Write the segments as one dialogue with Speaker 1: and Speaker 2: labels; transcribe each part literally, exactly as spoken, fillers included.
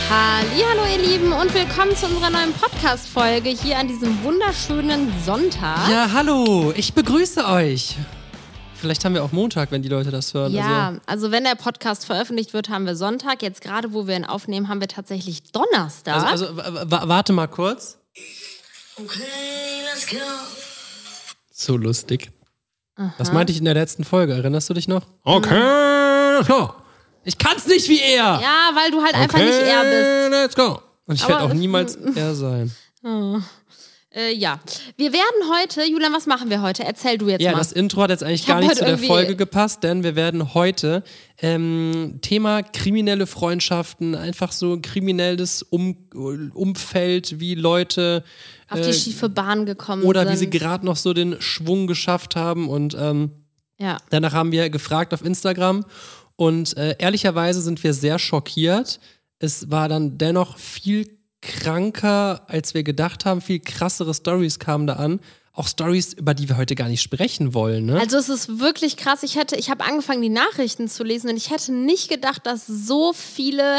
Speaker 1: Hallihallo ihr Lieben und willkommen zu unserer neuen Podcast-Folge hier an diesem wunderschönen Sonntag.
Speaker 2: Ja, hallo, ich begrüße euch. Vielleicht haben wir auch Montag, wenn die Leute das hören.
Speaker 1: Ja, also, also wenn der Podcast veröffentlicht wird, haben wir Sonntag. Jetzt gerade, wo wir ihn aufnehmen, haben wir tatsächlich Donnerstag.
Speaker 2: Also, also w- w- warte mal kurz.
Speaker 3: Okay, let's go.
Speaker 2: So lustig. Aha. Das meinte ich in der letzten Folge, erinnerst du dich noch? Okay, let's go. Ich kann's nicht wie er.
Speaker 1: Ja, weil du halt
Speaker 2: okay,
Speaker 1: einfach nicht er bist.
Speaker 2: Let's go. Und ich werde auch niemals er sein.
Speaker 1: Oh. Äh, ja, wir werden heute, Julian, was machen wir heute? Erzähl du jetzt
Speaker 2: ja,
Speaker 1: mal.
Speaker 2: Ja, das Intro hat jetzt eigentlich
Speaker 1: ich
Speaker 2: gar nicht zu der
Speaker 1: irgendwie...
Speaker 2: Folge gepasst, denn wir werden heute ähm, Thema kriminelle Freundschaften, einfach so kriminelles um- Umfeld, wie Leute
Speaker 1: auf die schiefe Bahn gekommen
Speaker 2: oder
Speaker 1: sind.
Speaker 2: wie sie gerade noch so den Schwung geschafft haben und ähm,
Speaker 1: ja.
Speaker 2: danach haben wir gefragt auf Instagram und äh, ehrlicherweise sind wir sehr schockiert. Es war dann dennoch viel kranker, als wir gedacht haben. Viel krassere Storys kamen da an. Auch Storys, über die wir heute gar nicht sprechen wollen. Ne?
Speaker 1: Also es ist wirklich krass. Ich hätte, ich habe angefangen, die Nachrichten zu lesen und ich hätte nicht gedacht, dass so viele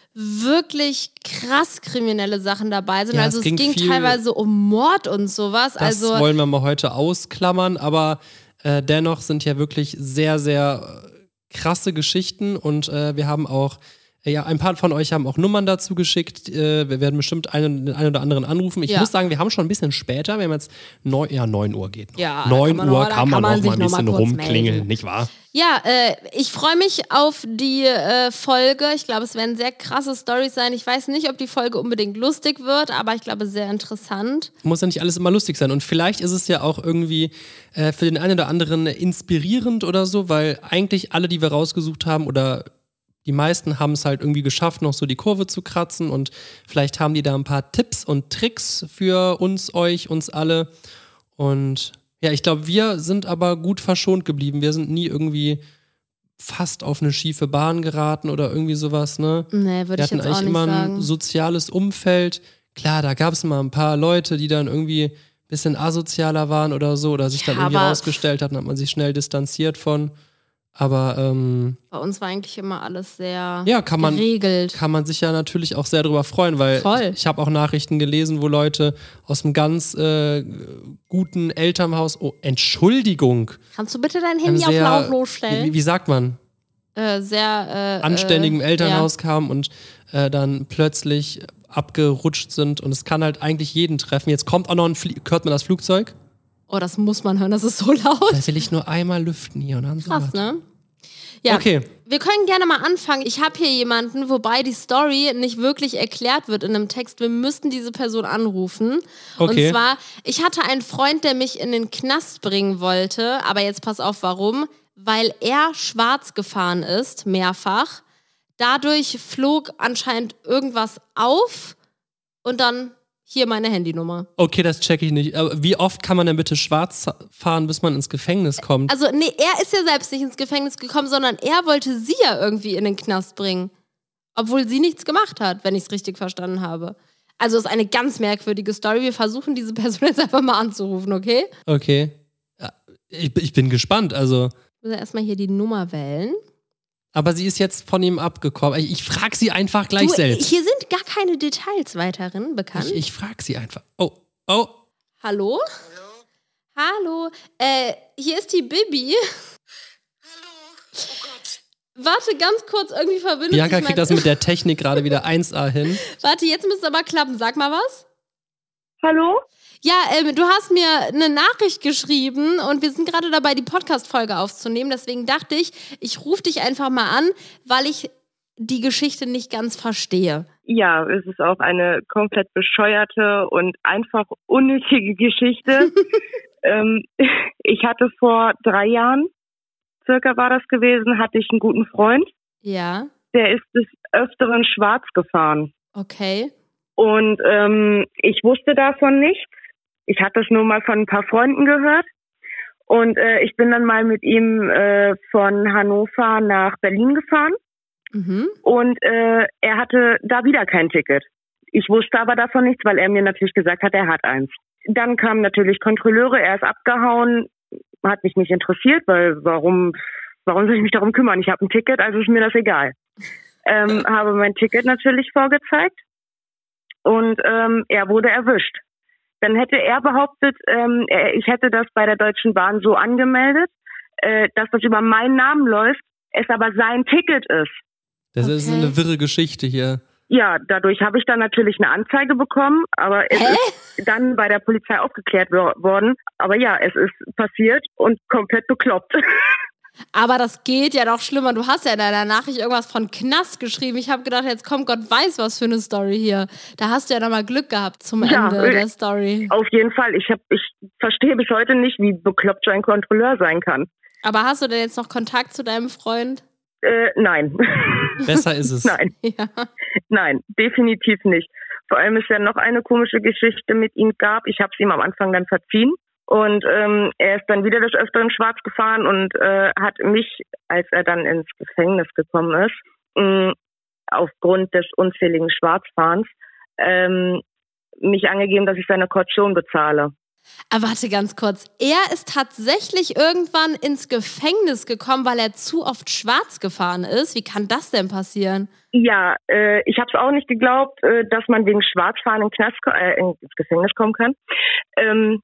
Speaker 1: wirklich krass kriminelle Sachen dabei sind.
Speaker 2: Ja,
Speaker 1: also
Speaker 2: es
Speaker 1: es
Speaker 2: ging
Speaker 1: ging
Speaker 2: viel,
Speaker 1: teilweise um Mord und sowas.
Speaker 2: Das
Speaker 1: also
Speaker 2: wollen wir mal heute ausklammern, aber äh, dennoch sind ja wirklich sehr, sehr äh, krasse Geschichten und äh, wir haben auch Ja, ein paar von euch haben auch Nummern dazu geschickt. Äh, wir werden bestimmt einen, den einen oder anderen anrufen. Ich
Speaker 1: ja.
Speaker 2: muss sagen, wir haben schon ein bisschen später. Wir haben jetzt neun, ja, neun Uhr geht noch.
Speaker 1: Ja,
Speaker 2: neun
Speaker 1: kann man
Speaker 2: Uhr
Speaker 1: noch,
Speaker 2: kann man,
Speaker 1: kann man
Speaker 2: noch mal ein bisschen
Speaker 1: noch mal
Speaker 2: rumklingeln,
Speaker 1: melden.
Speaker 2: nicht wahr?
Speaker 1: Ja, äh, ich freue mich auf die äh, Folge. Ich glaube, es werden sehr krasse Storys sein. Ich weiß nicht, ob die Folge unbedingt lustig wird, aber ich glaube, sehr interessant.
Speaker 2: Muss ja nicht alles immer lustig sein. Und vielleicht ist es ja auch irgendwie äh, für den einen oder anderen inspirierend oder so, weil eigentlich alle, die wir rausgesucht haben oder die meisten haben es halt irgendwie geschafft, noch so die Kurve zu kratzen und vielleicht haben die da ein paar Tipps und Tricks für uns, euch, uns alle. Und ja, ich glaube, wir sind aber gut verschont geblieben. Wir sind nie irgendwie fast auf eine schiefe Bahn geraten oder irgendwie sowas, ne?
Speaker 1: Nee, würde ich jetzt auch nicht sagen.
Speaker 2: Wir hatten eigentlich immer ein soziales Umfeld. Klar, da gab es mal ein paar Leute, die dann irgendwie ein bisschen asozialer waren oder so oder sich dann
Speaker 1: ja,
Speaker 2: irgendwie rausgestellt hatten, hat man sich schnell distanziert von. Aber ähm,
Speaker 1: bei uns war eigentlich immer alles sehr
Speaker 2: ja, kann man,
Speaker 1: geregelt.
Speaker 2: Kann man sich ja natürlich auch sehr darüber freuen, weil
Speaker 1: Voll.
Speaker 2: ich, ich habe auch Nachrichten gelesen, wo Leute aus einem ganz äh, guten Elternhaus, oh, Entschuldigung.
Speaker 1: Kannst du bitte dein Handy
Speaker 2: sehr,
Speaker 1: auf lautlos stellen?
Speaker 2: Wie, wie sagt man?
Speaker 1: Äh, sehr äh,
Speaker 2: Anständigem
Speaker 1: äh,
Speaker 2: Elternhaus
Speaker 1: ja.
Speaker 2: kamen und äh, dann plötzlich abgerutscht sind und es kann halt eigentlich jeden treffen. Jetzt kommt auch noch ein Flie- hört man das Flugzeug?
Speaker 1: Oh, das muss man hören, das ist so laut.
Speaker 2: Da will ich nur einmal lüften hier und dann so.
Speaker 1: Krass, ne? Ja,
Speaker 2: okay.
Speaker 1: Wir können gerne mal anfangen. Ich habe hier jemanden, wobei die Story nicht wirklich erklärt wird in einem Text. Wir müssten diese Person anrufen.
Speaker 2: Okay.
Speaker 1: Und zwar, ich hatte einen Freund, der mich in den Knast bringen wollte. Aber jetzt pass auf, warum? Weil er schwarz gefahren ist, mehrfach. Dadurch flog anscheinend irgendwas auf und dann hier meine Handynummer.
Speaker 2: Okay, das check ich nicht. Aber wie oft kann man denn bitte schwarz fahren, bis man ins Gefängnis kommt?
Speaker 1: Also, nee, er ist ja selbst nicht ins Gefängnis gekommen, sondern er wollte sie ja irgendwie in den Knast bringen. Obwohl sie nichts gemacht hat, wenn ich es richtig verstanden habe. Also, ist eine ganz merkwürdige Story. Wir versuchen, diese Person jetzt einfach mal anzurufen, okay?
Speaker 2: Okay. Ja, ich, ich bin gespannt, also.
Speaker 1: Ich muss ja erstmal hier die Nummer wählen.
Speaker 2: Aber sie ist jetzt von ihm abgekommen. Ich, ich frage sie einfach gleich
Speaker 1: du,
Speaker 2: selbst.
Speaker 1: Hier sind gar keine Details weiterhin bekannt.
Speaker 2: Ich, ich frage sie einfach. Oh, oh.
Speaker 1: Hallo? Hallo? Hallo. Äh, hier ist die Bibi.
Speaker 3: Hallo. Oh Gott.
Speaker 1: Warte, ganz kurz, irgendwie verbindet
Speaker 2: Bianca
Speaker 1: sich
Speaker 2: kriegt
Speaker 1: mein...
Speaker 2: das mit der Technik gerade wieder eins A hin.
Speaker 1: Warte, jetzt müsste es aber klappen. Sag mal was.
Speaker 4: Hallo?
Speaker 1: Ja, ähm, du hast mir eine Nachricht geschrieben und wir sind gerade dabei, die Podcast-Folge aufzunehmen. Deswegen dachte ich, ich rufe dich einfach mal an, weil ich die Geschichte nicht ganz verstehe.
Speaker 4: Ja, es ist auch eine komplett bescheuerte und einfach unnötige Geschichte. ähm, ich hatte vor drei Jahren, circa war das gewesen, hatte ich einen guten Freund.
Speaker 1: Ja.
Speaker 4: Der ist des Öfteren schwarz gefahren.
Speaker 1: Okay.
Speaker 4: Und ähm, ich wusste davon nichts. Ich hatte es nur mal von ein paar Freunden gehört. Und äh, ich bin dann mal mit ihm äh, von Hannover nach Berlin gefahren.
Speaker 1: Mhm.
Speaker 4: Und äh, er hatte da wieder kein Ticket. Ich wusste aber davon nichts, weil er mir natürlich gesagt hat, er hat eins. Dann kamen natürlich Kontrolleure, er ist abgehauen, hat mich nicht interessiert, weil warum, warum soll ich mich darum kümmern? Ich habe ein Ticket, also ist mir das egal. ähm, habe mein Ticket natürlich vorgezeigt und ähm, er wurde erwischt. Dann hätte er behauptet, ähm, er, ich hätte das bei der Deutschen Bahn so angemeldet, äh, dass das über meinen Namen läuft, es aber sein Ticket ist.
Speaker 2: Das okay. ist eine wirre Geschichte hier.
Speaker 4: Ja, dadurch habe ich dann natürlich eine Anzeige bekommen, aber es Hä? ist dann bei der Polizei aufgeklärt wo- worden. Aber ja, es ist passiert und komplett bekloppt.
Speaker 1: Aber das geht ja noch schlimmer. Du hast ja in deiner Nachricht irgendwas von Knast geschrieben. Ich habe gedacht, jetzt kommt Gott weiß was für eine Story hier. Da hast du ja noch mal Glück gehabt zum ja, Ende der Story.
Speaker 4: Auf jeden Fall. Ich, hab, ich verstehe bis heute nicht, wie bekloppt so ein Kontrolleur sein kann.
Speaker 1: Aber hast du denn jetzt noch Kontakt zu deinem Freund?
Speaker 4: Äh, nein.
Speaker 2: Besser ist es.
Speaker 4: Nein.
Speaker 1: Ja.
Speaker 4: Nein, definitiv nicht. Vor allem ist ja noch eine komische Geschichte mit ihm gab. Ich habe es ihm am Anfang dann verziehen. Und ähm, er ist dann wieder des Öfteren schwarz gefahren und äh, hat mich, als er dann ins Gefängnis gekommen ist, mh, aufgrund des unzähligen Schwarzfahrens, ähm, mich angegeben, dass ich seine Kaution bezahle.
Speaker 1: Aber warte ganz kurz. Er ist tatsächlich irgendwann ins Gefängnis gekommen, weil er zu oft schwarz gefahren ist. Wie kann das denn passieren?
Speaker 4: Ja, äh, ich habe es auch nicht geglaubt, äh, dass man wegen Schwarzfahren in Knast, äh, ins Gefängnis kommen kann. Ähm,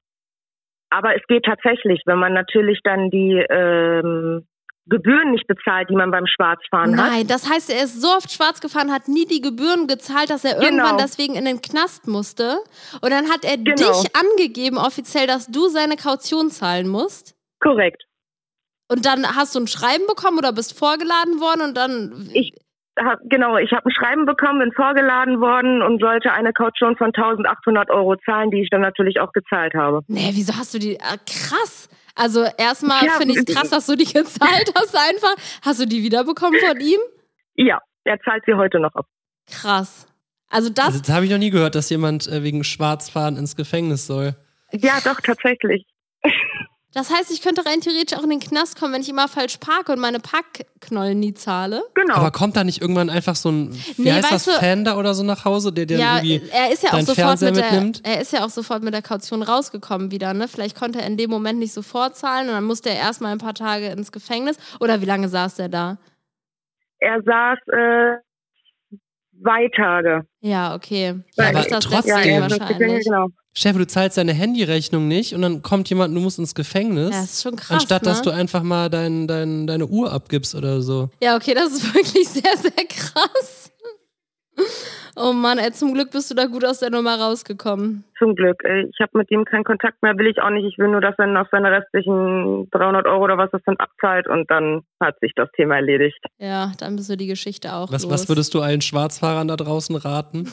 Speaker 4: Aber es geht tatsächlich, wenn man natürlich dann die ähm, Gebühren nicht bezahlt, die man beim Schwarzfahren
Speaker 1: Nein,
Speaker 4: hat.
Speaker 1: Nein, das heißt, er ist so oft schwarz gefahren, hat nie die Gebühren gezahlt, dass er
Speaker 4: genau.
Speaker 1: irgendwann deswegen in den Knast musste. Und dann hat er genau. dich angegeben offiziell, dass du seine Kaution zahlen musst.
Speaker 4: Korrekt.
Speaker 1: Und dann hast du ein Schreiben bekommen oder bist vorgeladen worden und dann...
Speaker 4: Ich hab, genau, ich habe ein Schreiben bekommen, bin vorgeladen worden und sollte eine Kaution von eintausendachthundert Euro zahlen, die ich dann natürlich auch gezahlt habe.
Speaker 1: Nee, wieso hast du die... Ah, krass. Also erstmal
Speaker 4: ja,
Speaker 1: finde ich es krass, dass du die gezahlt hast einfach. Hast du die wiederbekommen von ihm?
Speaker 4: Ja, er zahlt sie heute noch ab.
Speaker 1: Krass. Also das...
Speaker 2: Also das habe ich noch nie gehört, dass jemand äh, wegen Schwarzfahren ins Gefängnis soll.
Speaker 4: Ja, doch, tatsächlich.
Speaker 1: Das heißt, ich könnte rein theoretisch auch in den Knast kommen, wenn ich immer falsch parke und meine Parkknollen nie zahle.
Speaker 4: Genau.
Speaker 2: Aber kommt da nicht irgendwann einfach so ein, wie
Speaker 1: nee,
Speaker 2: heißt das,
Speaker 1: du,
Speaker 2: Fan da oder so nach Hause, der dir
Speaker 1: ja,
Speaker 2: irgendwie
Speaker 1: er ist ja auch
Speaker 2: deinen
Speaker 1: sofort
Speaker 2: Fernseher
Speaker 1: mit der,
Speaker 2: mitnimmt?
Speaker 1: Er ist ja auch sofort mit der Kaution rausgekommen wieder, ne? Vielleicht konnte er in dem Moment nicht sofort zahlen und dann musste er erstmal ein paar Tage ins Gefängnis. Oder wie lange saß er da?
Speaker 4: Er saß äh, zwei Tage.
Speaker 1: Ja, okay.
Speaker 2: Ja,
Speaker 1: Ja,
Speaker 2: aber
Speaker 1: ist das
Speaker 2: trotzdem.
Speaker 1: deswegen
Speaker 4: Ja, er ist ins Gefängnis, genau.
Speaker 2: Chef, du zahlst deine Handyrechnung nicht und dann kommt jemand und du musst ins Gefängnis.
Speaker 1: Ja, das ist schon krass,
Speaker 2: Anstatt,
Speaker 1: ne?
Speaker 2: dass du einfach mal dein, dein, deine Uhr abgibst oder so.
Speaker 1: Ja, okay, das ist wirklich sehr, sehr krass. Oh Mann, ey, zum Glück bist du da gut aus der Nummer rausgekommen.
Speaker 4: Zum Glück. Ich habe mit ihm keinen Kontakt mehr, will ich auch nicht. Ich will nur, dass er noch seine restlichen dreihundert Euro oder was das dann abzahlt und dann hat sich das Thema erledigt.
Speaker 1: Ja, dann bist du die Geschichte auch
Speaker 2: Was,
Speaker 1: los.
Speaker 2: was würdest du allen Schwarzfahrern da draußen raten?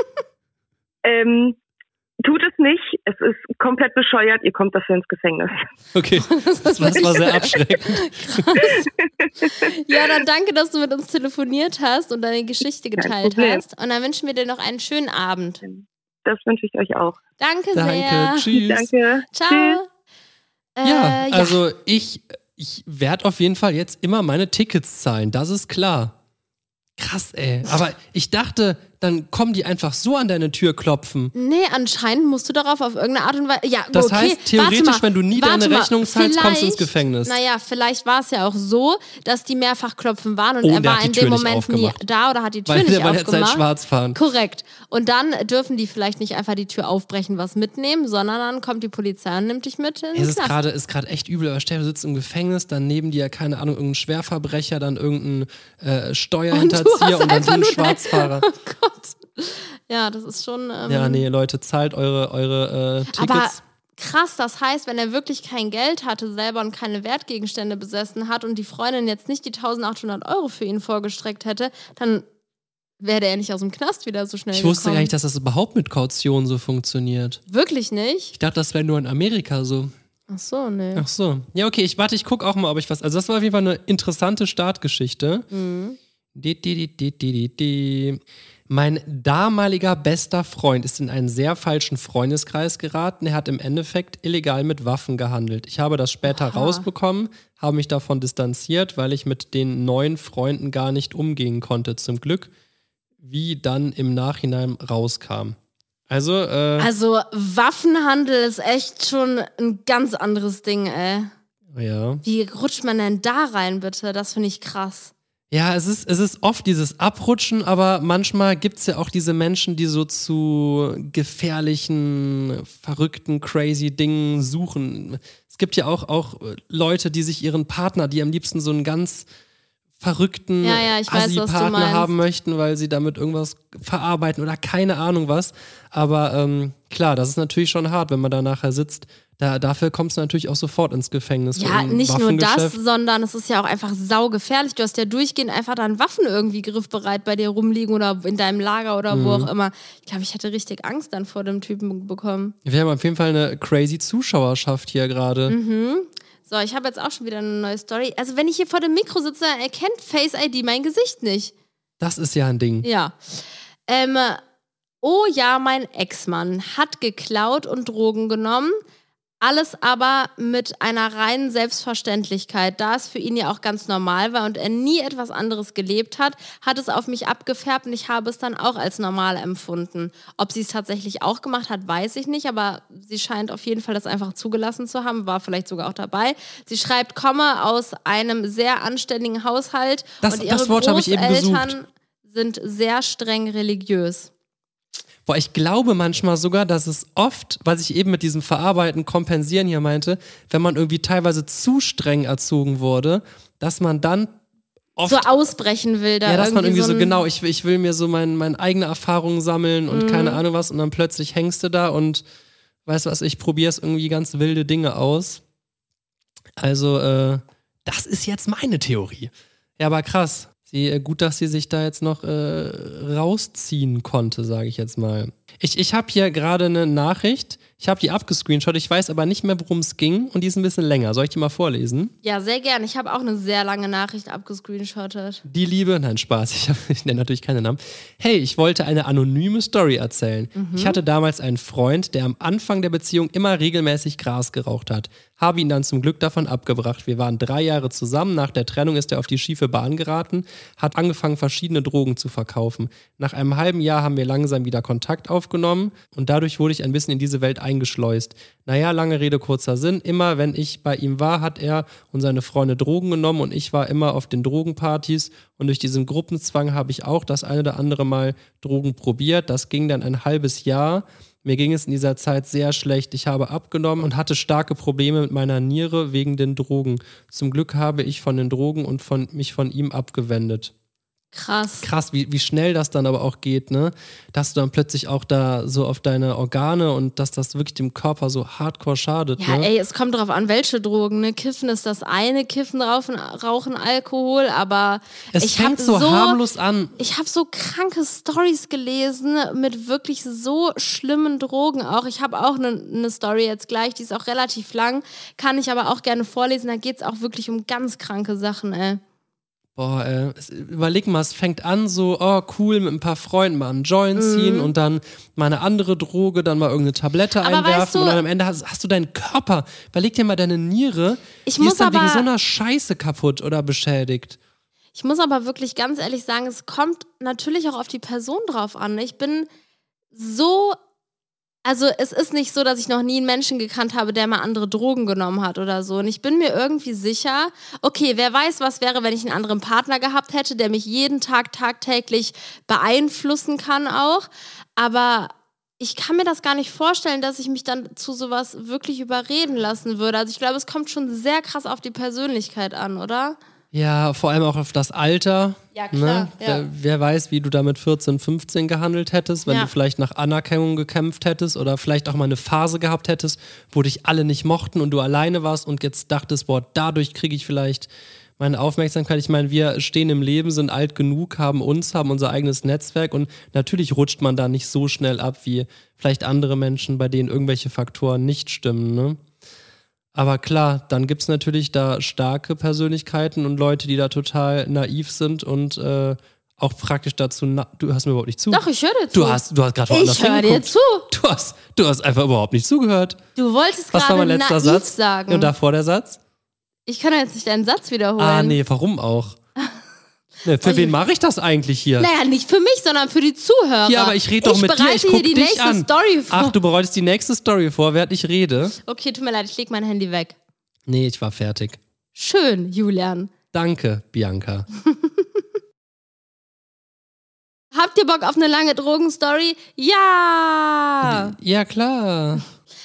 Speaker 4: ähm, tut es nicht. Es ist komplett bescheuert. Ihr kommt dafür ins Gefängnis.
Speaker 2: Okay, das war, das war sehr abschreckend.
Speaker 1: Krass. Ja, dann danke, dass du mit uns telefoniert hast und deine Geschichte geteilt hast. Und dann wünschen wir dir noch einen schönen Abend.
Speaker 4: Das wünsche ich euch auch.
Speaker 1: Danke,
Speaker 2: Danke,
Speaker 1: sehr.
Speaker 2: tschüss.
Speaker 4: Danke.
Speaker 1: Ciao.
Speaker 4: Tschüss.
Speaker 1: Äh,
Speaker 2: Ja,
Speaker 1: ja,
Speaker 2: also ich, ich werde auf jeden Fall jetzt immer meine Tickets zahlen, das ist klar. Krass, ey. Aber ich dachte, dann kommen die einfach so an deine Tür klopfen.
Speaker 1: Nee, anscheinend musst du darauf auf irgendeine Art und Weise... Ja,
Speaker 2: Das
Speaker 1: okay,
Speaker 2: heißt, theoretisch,
Speaker 1: warte mal,
Speaker 2: wenn du nie
Speaker 1: warte
Speaker 2: deine
Speaker 1: mal,
Speaker 2: Rechnung zahlst, kommst du ins
Speaker 1: vielleicht-
Speaker 2: Gefängnis.
Speaker 1: Naja, vielleicht war es ja auch so, dass die mehrfach klopfen waren und
Speaker 2: Oh,
Speaker 1: er
Speaker 2: der
Speaker 1: war
Speaker 2: hat die
Speaker 1: in
Speaker 2: Tür
Speaker 1: dem
Speaker 2: nicht
Speaker 1: Moment nie
Speaker 2: aufgemacht.
Speaker 1: da oder hat die Tür
Speaker 2: Weil
Speaker 1: nicht
Speaker 2: der war jetzt seit
Speaker 1: aufgemacht.
Speaker 2: Schwarzfahren.
Speaker 1: Korrekt. Und dann dürfen die vielleicht nicht einfach die Tür aufbrechen, was mitnehmen, sondern dann kommt die Polizei und nimmt dich mit in den
Speaker 2: Es ist
Speaker 1: Knast.
Speaker 2: gerade ist gerade echt übel, aber stell dir, du sitzt im Gefängnis, dann neben dir, keine Ahnung, irgendein Schwerverbrecher, dann irgendein äh, Steuerhinterzieher und, und dann so ein Schwarzfahrer.
Speaker 1: Dein, oh Gott. Ja, das ist schon... Ähm,
Speaker 2: Ja, nee, Leute, zahlt eure, eure äh, Tickets.
Speaker 1: Aber krass, das heißt, wenn er wirklich kein Geld hatte selber und keine Wertgegenstände besessen hat und die Freundin jetzt nicht die eintausendachthundert Euro für ihn vorgestreckt hätte, dann wäre er nicht aus dem Knast wieder so schnell
Speaker 2: Ich wusste
Speaker 1: gekommen.
Speaker 2: gar nicht, dass das überhaupt mit Kaution so funktioniert.
Speaker 1: Wirklich nicht?
Speaker 2: Ich dachte, das wäre nur in Amerika so.
Speaker 1: Ach so, nee.
Speaker 2: Ach so. Ja, okay, ich warte, ich gucke auch mal, ob ich was... Also das war auf jeden Fall eine interessante Startgeschichte.
Speaker 1: Mhm.
Speaker 2: Die, die, die, die, die, die, die. Mein damaliger bester Freund ist in einen sehr falschen Freundeskreis geraten. Er hat im Endeffekt illegal mit Waffen gehandelt. Ich habe das später
Speaker 1: Aha.
Speaker 2: rausbekommen, habe mich davon distanziert, weil ich mit den neuen Freunden gar nicht umgehen konnte, zum Glück, wie dann im Nachhinein rauskam. Also, äh,
Speaker 1: Also Waffenhandel ist echt schon ein ganz anderes Ding, ey.
Speaker 2: ja.
Speaker 1: Wie rutscht man denn da rein, bitte? Das finde ich krass.
Speaker 2: Ja, es ist, es ist oft dieses Abrutschen, aber manchmal gibt es ja auch diese Menschen, die so zu gefährlichen, verrückten, crazy Dingen suchen. Es gibt ja auch, auch Leute, die sich ihren Partner, die am liebsten so einen ganz verrückten
Speaker 1: Ja, ja, ich weiß, was du
Speaker 2: Assi-Partner
Speaker 1: meinst.
Speaker 2: haben möchten, weil sie damit irgendwas verarbeiten oder keine Ahnung was. Aber ähm, klar, das ist natürlich schon hart, wenn man da nachher sitzt. Da, dafür kommst du natürlich auch sofort ins Gefängnis.
Speaker 1: Ja,
Speaker 2: Im
Speaker 1: nicht nur das,
Speaker 2: Waffengeschäft.
Speaker 1: sondern es ist ja auch einfach saugefährlich. Du hast ja durchgehend einfach dann Waffen irgendwie griffbereit bei dir rumliegen oder in deinem Lager oder
Speaker 2: Mhm.
Speaker 1: wo auch immer. Ich glaube, ich hätte richtig Angst dann vor dem Typen bekommen.
Speaker 2: Wir haben auf jeden Fall eine crazy Zuschauerschaft hier gerade.
Speaker 1: Mhm. So, ich habe jetzt auch schon wieder eine neue Story. Also wenn ich hier vor dem Mikro sitze, erkennt Face I D mein Gesicht nicht.
Speaker 2: Das ist ja ein Ding.
Speaker 1: Ja. Ähm, oh ja, mein Ex-Mann hat geklaut und Drogen genommen. Alles aber mit einer reinen Selbstverständlichkeit, da es für ihn ja auch ganz normal war und er nie etwas anderes gelebt hat, hat es auf mich abgefärbt und ich habe es dann auch als normal empfunden. Ob sie es tatsächlich auch gemacht hat, weiß ich nicht, aber sie scheint auf jeden Fall das einfach zugelassen zu haben, war vielleicht sogar auch dabei. Sie schreibt, komme aus einem sehr anständigen Haushalt
Speaker 2: Das-
Speaker 1: und ihre
Speaker 2: das Wort habe ich eben
Speaker 1: Großeltern
Speaker 2: gesucht.
Speaker 1: sind sehr streng religiös.
Speaker 2: Boah, ich glaube manchmal sogar, dass es oft, was ich eben mit diesem Verarbeiten, Kompensieren hier meinte, wenn man irgendwie teilweise zu streng erzogen wurde, dass man dann oft...
Speaker 1: So ausbrechen will da
Speaker 2: ja, dass man irgendwie so,
Speaker 1: ein-
Speaker 2: genau, ich, will- ich will mir so mein, meine eigene Erfahrungen sammeln und
Speaker 1: Mhm.
Speaker 2: keine Ahnung was und dann plötzlich hängst du da und weißt du was, ich probiere es irgendwie ganz wilde Dinge aus. Also, äh, das ist jetzt meine Theorie. Ja, aber krass. Sie, äh, gut, dass sie sich da jetzt noch äh, rausziehen konnte, sage ich jetzt mal. Ich, ich habe hier gerade eine Nachricht. Ich habe die abgescreenshot. Ich weiß aber nicht mehr, worum es ging und die ist ein bisschen länger. Soll ich die mal vorlesen?
Speaker 1: Ja, sehr gern. Ich habe auch eine sehr lange Nachricht abgescreenshottet.
Speaker 2: Die Liebe, nein, Spaß, ich, hab, ich nenne natürlich keine Namen. Hey, ich wollte eine anonyme Story erzählen. Ich hatte damals einen Freund, der am Anfang der Beziehung immer regelmäßig Gras geraucht hat. Habe ihn dann zum Glück davon abgebracht. Wir waren drei Jahre zusammen. Nach der Trennung ist er auf die schiefe Bahn geraten, hat angefangen, verschiedene Drogen zu verkaufen. Nach einem halben Jahr haben wir langsam wieder Kontakt aufgenommen und dadurch wurde ich ein bisschen in diese Welt eingeschleust. Naja, lange Rede, kurzer Sinn. Immer, wenn ich bei ihm war, hat er und seine Freunde Drogen genommen und ich war immer auf den Drogenpartys und durch diesen Gruppenzwang habe ich auch das eine oder andere Mal Drogen probiert. Das ging dann ein halbes Jahr. Mir ging es in dieser Zeit sehr schlecht. Ich habe abgenommen und hatte starke Probleme mit meiner Niere wegen den Drogen. Zum Glück habe ich von den Drogen und von, mich von ihm abgewendet.
Speaker 1: Krass.
Speaker 2: Krass, wie, wie schnell das dann aber auch geht, ne? Dass du dann plötzlich auch da so auf deine Organe und dass das wirklich dem Körper so hardcore schadet,
Speaker 1: Ja,
Speaker 2: ne?
Speaker 1: ey, es kommt drauf an, welche Drogen. Ne? Kiffen ist das eine, Kiffen, Rauchen, Rauchen Alkohol, aber
Speaker 2: Es
Speaker 1: ich
Speaker 2: fängt
Speaker 1: habe
Speaker 2: so,
Speaker 1: so
Speaker 2: harmlos an.
Speaker 1: Ich habe so kranke Stories gelesen mit wirklich so schlimmen Drogen auch. Ich habe auch eine ne Story jetzt gleich, die ist auch relativ lang, kann ich aber auch gerne vorlesen. Da geht es auch wirklich um ganz kranke Sachen, ey.
Speaker 2: Boah, ey, es, überleg mal, es fängt an so, oh cool, mit ein paar Freunden mal einen Joint ziehen und dann mal eine andere Droge, dann mal irgendeine Tablette
Speaker 1: Mhm. Aber
Speaker 2: einwerfen
Speaker 1: weißt du-
Speaker 2: und dann am Ende hast, hast du deinen Körper, überleg dir mal deine Niere,
Speaker 1: Ich
Speaker 2: die
Speaker 1: muss
Speaker 2: ist dann wegen
Speaker 1: aber-
Speaker 2: so einer Scheiße kaputt oder beschädigt.
Speaker 1: Ich muss aber wirklich ganz ehrlich sagen, es kommt natürlich auch auf die Person drauf an. Ich bin so, also es ist nicht so, dass ich noch nie einen Menschen gekannt habe, der mal andere Drogen genommen hat oder so. Und ich bin mir irgendwie sicher, okay, wer weiß, was wäre, wenn ich einen anderen Partner gehabt hätte, der mich jeden Tag tagtäglich beeinflussen kann auch. Aber ich kann mir das gar nicht vorstellen, dass ich mich dann zu sowas wirklich überreden lassen würde. Also ich glaube, es kommt schon sehr krass auf die Persönlichkeit an, oder?
Speaker 2: Ja, vor allem auch auf das Alter.
Speaker 1: Ja, klar,
Speaker 2: Ne?
Speaker 1: ja.
Speaker 2: Wer, wer weiß, wie du da mit vierzehn, fünfzehn gehandelt hättest, wenn
Speaker 1: Ja.
Speaker 2: du vielleicht nach Anerkennung gekämpft hättest oder vielleicht auch mal eine Phase gehabt hättest, wo dich alle nicht mochten und du alleine warst und jetzt dachtest, boah, dadurch kriege ich vielleicht meine Aufmerksamkeit. Ich meine, wir stehen im Leben, sind alt genug, haben uns, haben unser eigenes Netzwerk und natürlich rutscht man da nicht so schnell ab wie vielleicht andere Menschen, bei denen irgendwelche Faktoren nicht stimmen, ne? Aber klar, dann gibt es natürlich da starke Persönlichkeiten und Leute, die da total naiv sind und äh, auch praktisch dazu. Na- du hast mir überhaupt nicht zugehört.
Speaker 1: Doch, ich höre dir zu.
Speaker 2: Du hast, du hast gerade woanders
Speaker 1: Ich höre dir
Speaker 2: hingeguckt.
Speaker 1: zu.
Speaker 2: Du hast, du hast einfach überhaupt nicht zugehört.
Speaker 1: Du wolltest
Speaker 2: Was war
Speaker 1: gerade
Speaker 2: mein letzter
Speaker 1: naiv
Speaker 2: Satz?
Speaker 1: sagen.
Speaker 2: Und davor der Satz?
Speaker 1: Ich kann jetzt nicht deinen Satz wiederholen.
Speaker 2: Ah, nee, warum auch? Ne, für wen mache ich das eigentlich hier?
Speaker 1: Naja, nicht für mich, sondern für die Zuhörer.
Speaker 2: Ja, aber ich rede doch mit dir.
Speaker 1: bereite
Speaker 2: Ich guck
Speaker 1: hier die
Speaker 2: dich
Speaker 1: nächste
Speaker 2: an.
Speaker 1: Story vor.
Speaker 2: Ach, du bereitest die nächste Story vor, während ich rede?
Speaker 1: Okay, tut mir leid, ich leg mein Handy weg.
Speaker 2: Nee, ich war fertig.
Speaker 1: Schön, Julian.
Speaker 2: Danke, Bianca.
Speaker 1: Habt ihr Bock auf eine lange Drogenstory? Ja!
Speaker 2: Ja, klar.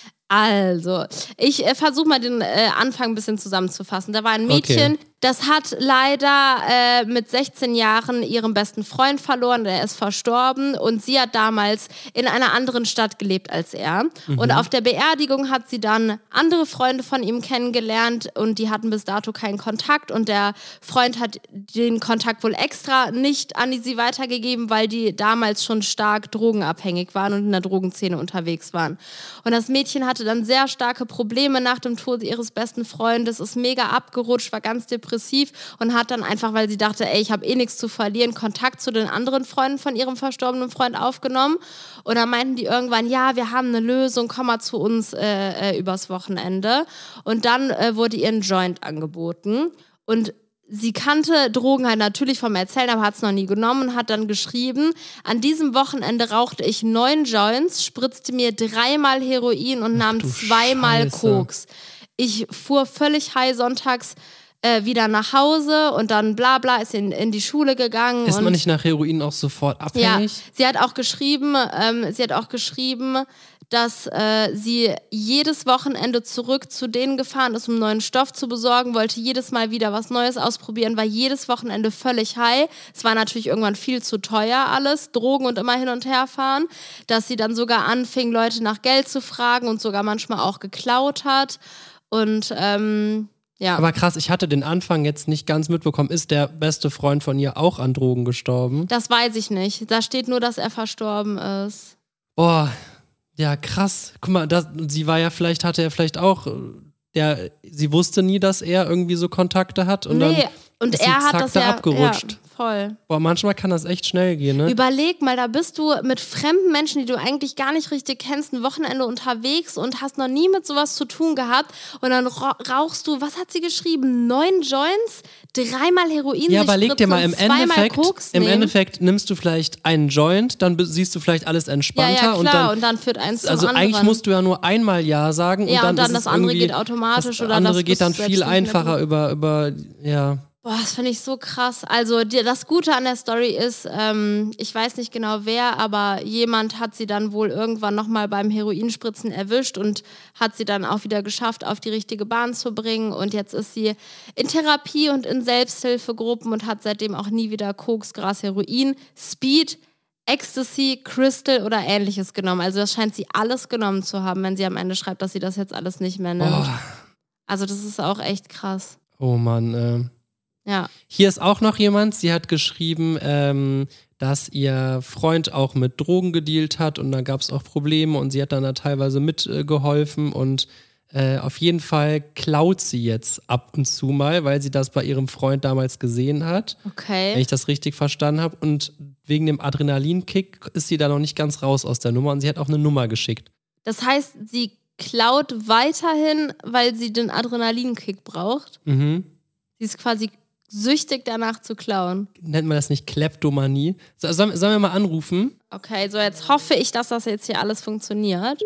Speaker 1: Also, ich äh, versuche mal den äh, Anfang ein bisschen zusammenzufassen. Da war ein Mädchen,
Speaker 2: Okay.
Speaker 1: das hat leider äh, mit sechzehn Jahren ihren besten Freund verloren, der ist verstorben und sie hat damals in einer anderen Stadt gelebt als er.
Speaker 2: Mhm.
Speaker 1: Und auf der Beerdigung hat sie dann andere Freunde von ihm kennengelernt und die hatten bis dato keinen Kontakt und der Freund hat den Kontakt wohl extra nicht an sie weitergegeben, weil die damals schon stark drogenabhängig waren und in der Drogenszene unterwegs waren. Und das Mädchen hatte dann sehr starke Probleme nach dem Tod ihres besten Freundes, ist mega abgerutscht, war ganz depressiv und hat dann einfach, weil sie dachte, ey, ich habe eh nichts zu verlieren, Kontakt zu den anderen Freunden von ihrem verstorbenen Freund aufgenommen. Und dann meinten die irgendwann, ja, wir haben eine Lösung, komm mal zu uns äh, äh, übers Wochenende. Und dann äh, wurde ihr ein Joint angeboten. Und sie kannte Drogen halt natürlich vom Erzählen, aber hat es noch nie genommen und hat dann geschrieben, an diesem Wochenende rauchte ich neun Joints, spritzte mir dreimal Heroin und nahm
Speaker 2: du
Speaker 1: zweimal
Speaker 2: Scheiße.
Speaker 1: Koks. Ich fuhr völlig high sonntags äh, wieder nach Hause und dann bla bla, ist in, in die Schule gegangen.
Speaker 2: Ist
Speaker 1: und
Speaker 2: man nicht nach Heroin auch sofort
Speaker 1: ja,
Speaker 2: abhängig?
Speaker 1: sie hat auch geschrieben, ähm, sie hat auch geschrieben, dass äh, sie jedes Wochenende zurück zu denen gefahren ist, um neuen Stoff zu besorgen, wollte jedes Mal wieder was Neues ausprobieren, war jedes Wochenende völlig high. Es war natürlich irgendwann viel zu teuer alles, Drogen und immer hin und her fahren, dass sie dann sogar anfing, Leute nach Geld zu fragen und sogar manchmal auch geklaut hat. Und ähm, ja.
Speaker 2: Aber krass, ich hatte den Anfang jetzt nicht ganz mitbekommen. Ist der beste Freund von ihr auch an Drogen gestorben?
Speaker 1: Das weiß ich nicht. Da steht nur, dass er verstorben ist.
Speaker 2: Boah, ja krass. Guck mal, das, sie war ja vielleicht, hatte er vielleicht auch, äh, der, sie wusste nie, dass er irgendwie so Kontakte hat und
Speaker 1: nee,
Speaker 2: dann
Speaker 1: und
Speaker 2: ist sie
Speaker 1: er hat
Speaker 2: zack
Speaker 1: das
Speaker 2: da
Speaker 1: ja
Speaker 2: abgerutscht.
Speaker 1: Ja, voll.
Speaker 2: Boah, manchmal kann das echt schnell gehen, ne?
Speaker 1: Überleg mal, da bist du mit fremden Menschen, die du eigentlich gar nicht richtig kennst, ein Wochenende unterwegs und hast noch nie mit sowas zu tun gehabt und dann ra- rauchst du, was hat sie geschrieben? Neun Joints, dreimal Heroin,
Speaker 2: Ja,
Speaker 1: sich
Speaker 2: aber leg dir
Speaker 1: spritzen
Speaker 2: mal, im
Speaker 1: und zweimal
Speaker 2: Endeffekt,
Speaker 1: Koks
Speaker 2: im
Speaker 1: nehmen.
Speaker 2: Endeffekt nimmst du vielleicht einen Joint, dann be- siehst du vielleicht alles
Speaker 1: ja,
Speaker 2: entspannter
Speaker 1: ja, klar,
Speaker 2: und dann,
Speaker 1: und dann führt eins zum
Speaker 2: also
Speaker 1: anderen.
Speaker 2: eigentlich musst du ja nur einmal Ja sagen und
Speaker 1: Ja,
Speaker 2: dann,
Speaker 1: und dann
Speaker 2: ist
Speaker 1: das
Speaker 2: es
Speaker 1: andere
Speaker 2: irgendwie,
Speaker 1: geht automatisch
Speaker 2: das
Speaker 1: oder
Speaker 2: andere
Speaker 1: das
Speaker 2: geht dann
Speaker 1: bist du
Speaker 2: viel
Speaker 1: selbst nicht mehr
Speaker 2: einfacher über, über, ja.
Speaker 1: Boah, das finde ich so krass. Also die, das Gute an der Story ist, ähm, ich weiß nicht genau wer, aber jemand hat sie dann wohl irgendwann nochmal beim Heroinspritzen erwischt und hat sie dann auch wieder geschafft, auf die richtige Bahn zu bringen. Und jetzt ist sie in Therapie und in Selbsthilfegruppen und hat seitdem auch nie wieder Koks, Gras, Heroin, Speed, Ecstasy, Crystal oder ähnliches genommen. Also das scheint sie alles genommen zu haben, wenn sie am Ende schreibt, dass sie das jetzt alles nicht mehr nimmt.
Speaker 2: Oh,
Speaker 1: Also das ist auch echt krass.
Speaker 2: oh Mann, äh.
Speaker 1: Ja.
Speaker 2: Hier ist auch noch jemand, sie hat geschrieben, ähm, dass ihr Freund auch mit Drogen gedealt hat und da gab es auch Probleme und sie hat dann da teilweise mitgeholfen äh, und äh, auf jeden Fall klaut sie jetzt ab und zu mal, weil sie das bei ihrem Freund damals gesehen hat,
Speaker 1: Okay.
Speaker 2: wenn ich das richtig verstanden habe, und wegen dem Adrenalinkick ist sie da noch nicht ganz raus aus der Nummer und sie hat auch eine Nummer geschickt.
Speaker 1: Das heißt, sie klaut weiterhin, weil sie den Adrenalinkick braucht.
Speaker 2: Mhm.
Speaker 1: Sie ist quasi süchtig danach zu klauen.
Speaker 2: Nennt man das nicht Kleptomanie? So, sollen, sollen wir mal anrufen?
Speaker 1: Okay, so jetzt hoffe ich, dass das jetzt hier alles funktioniert.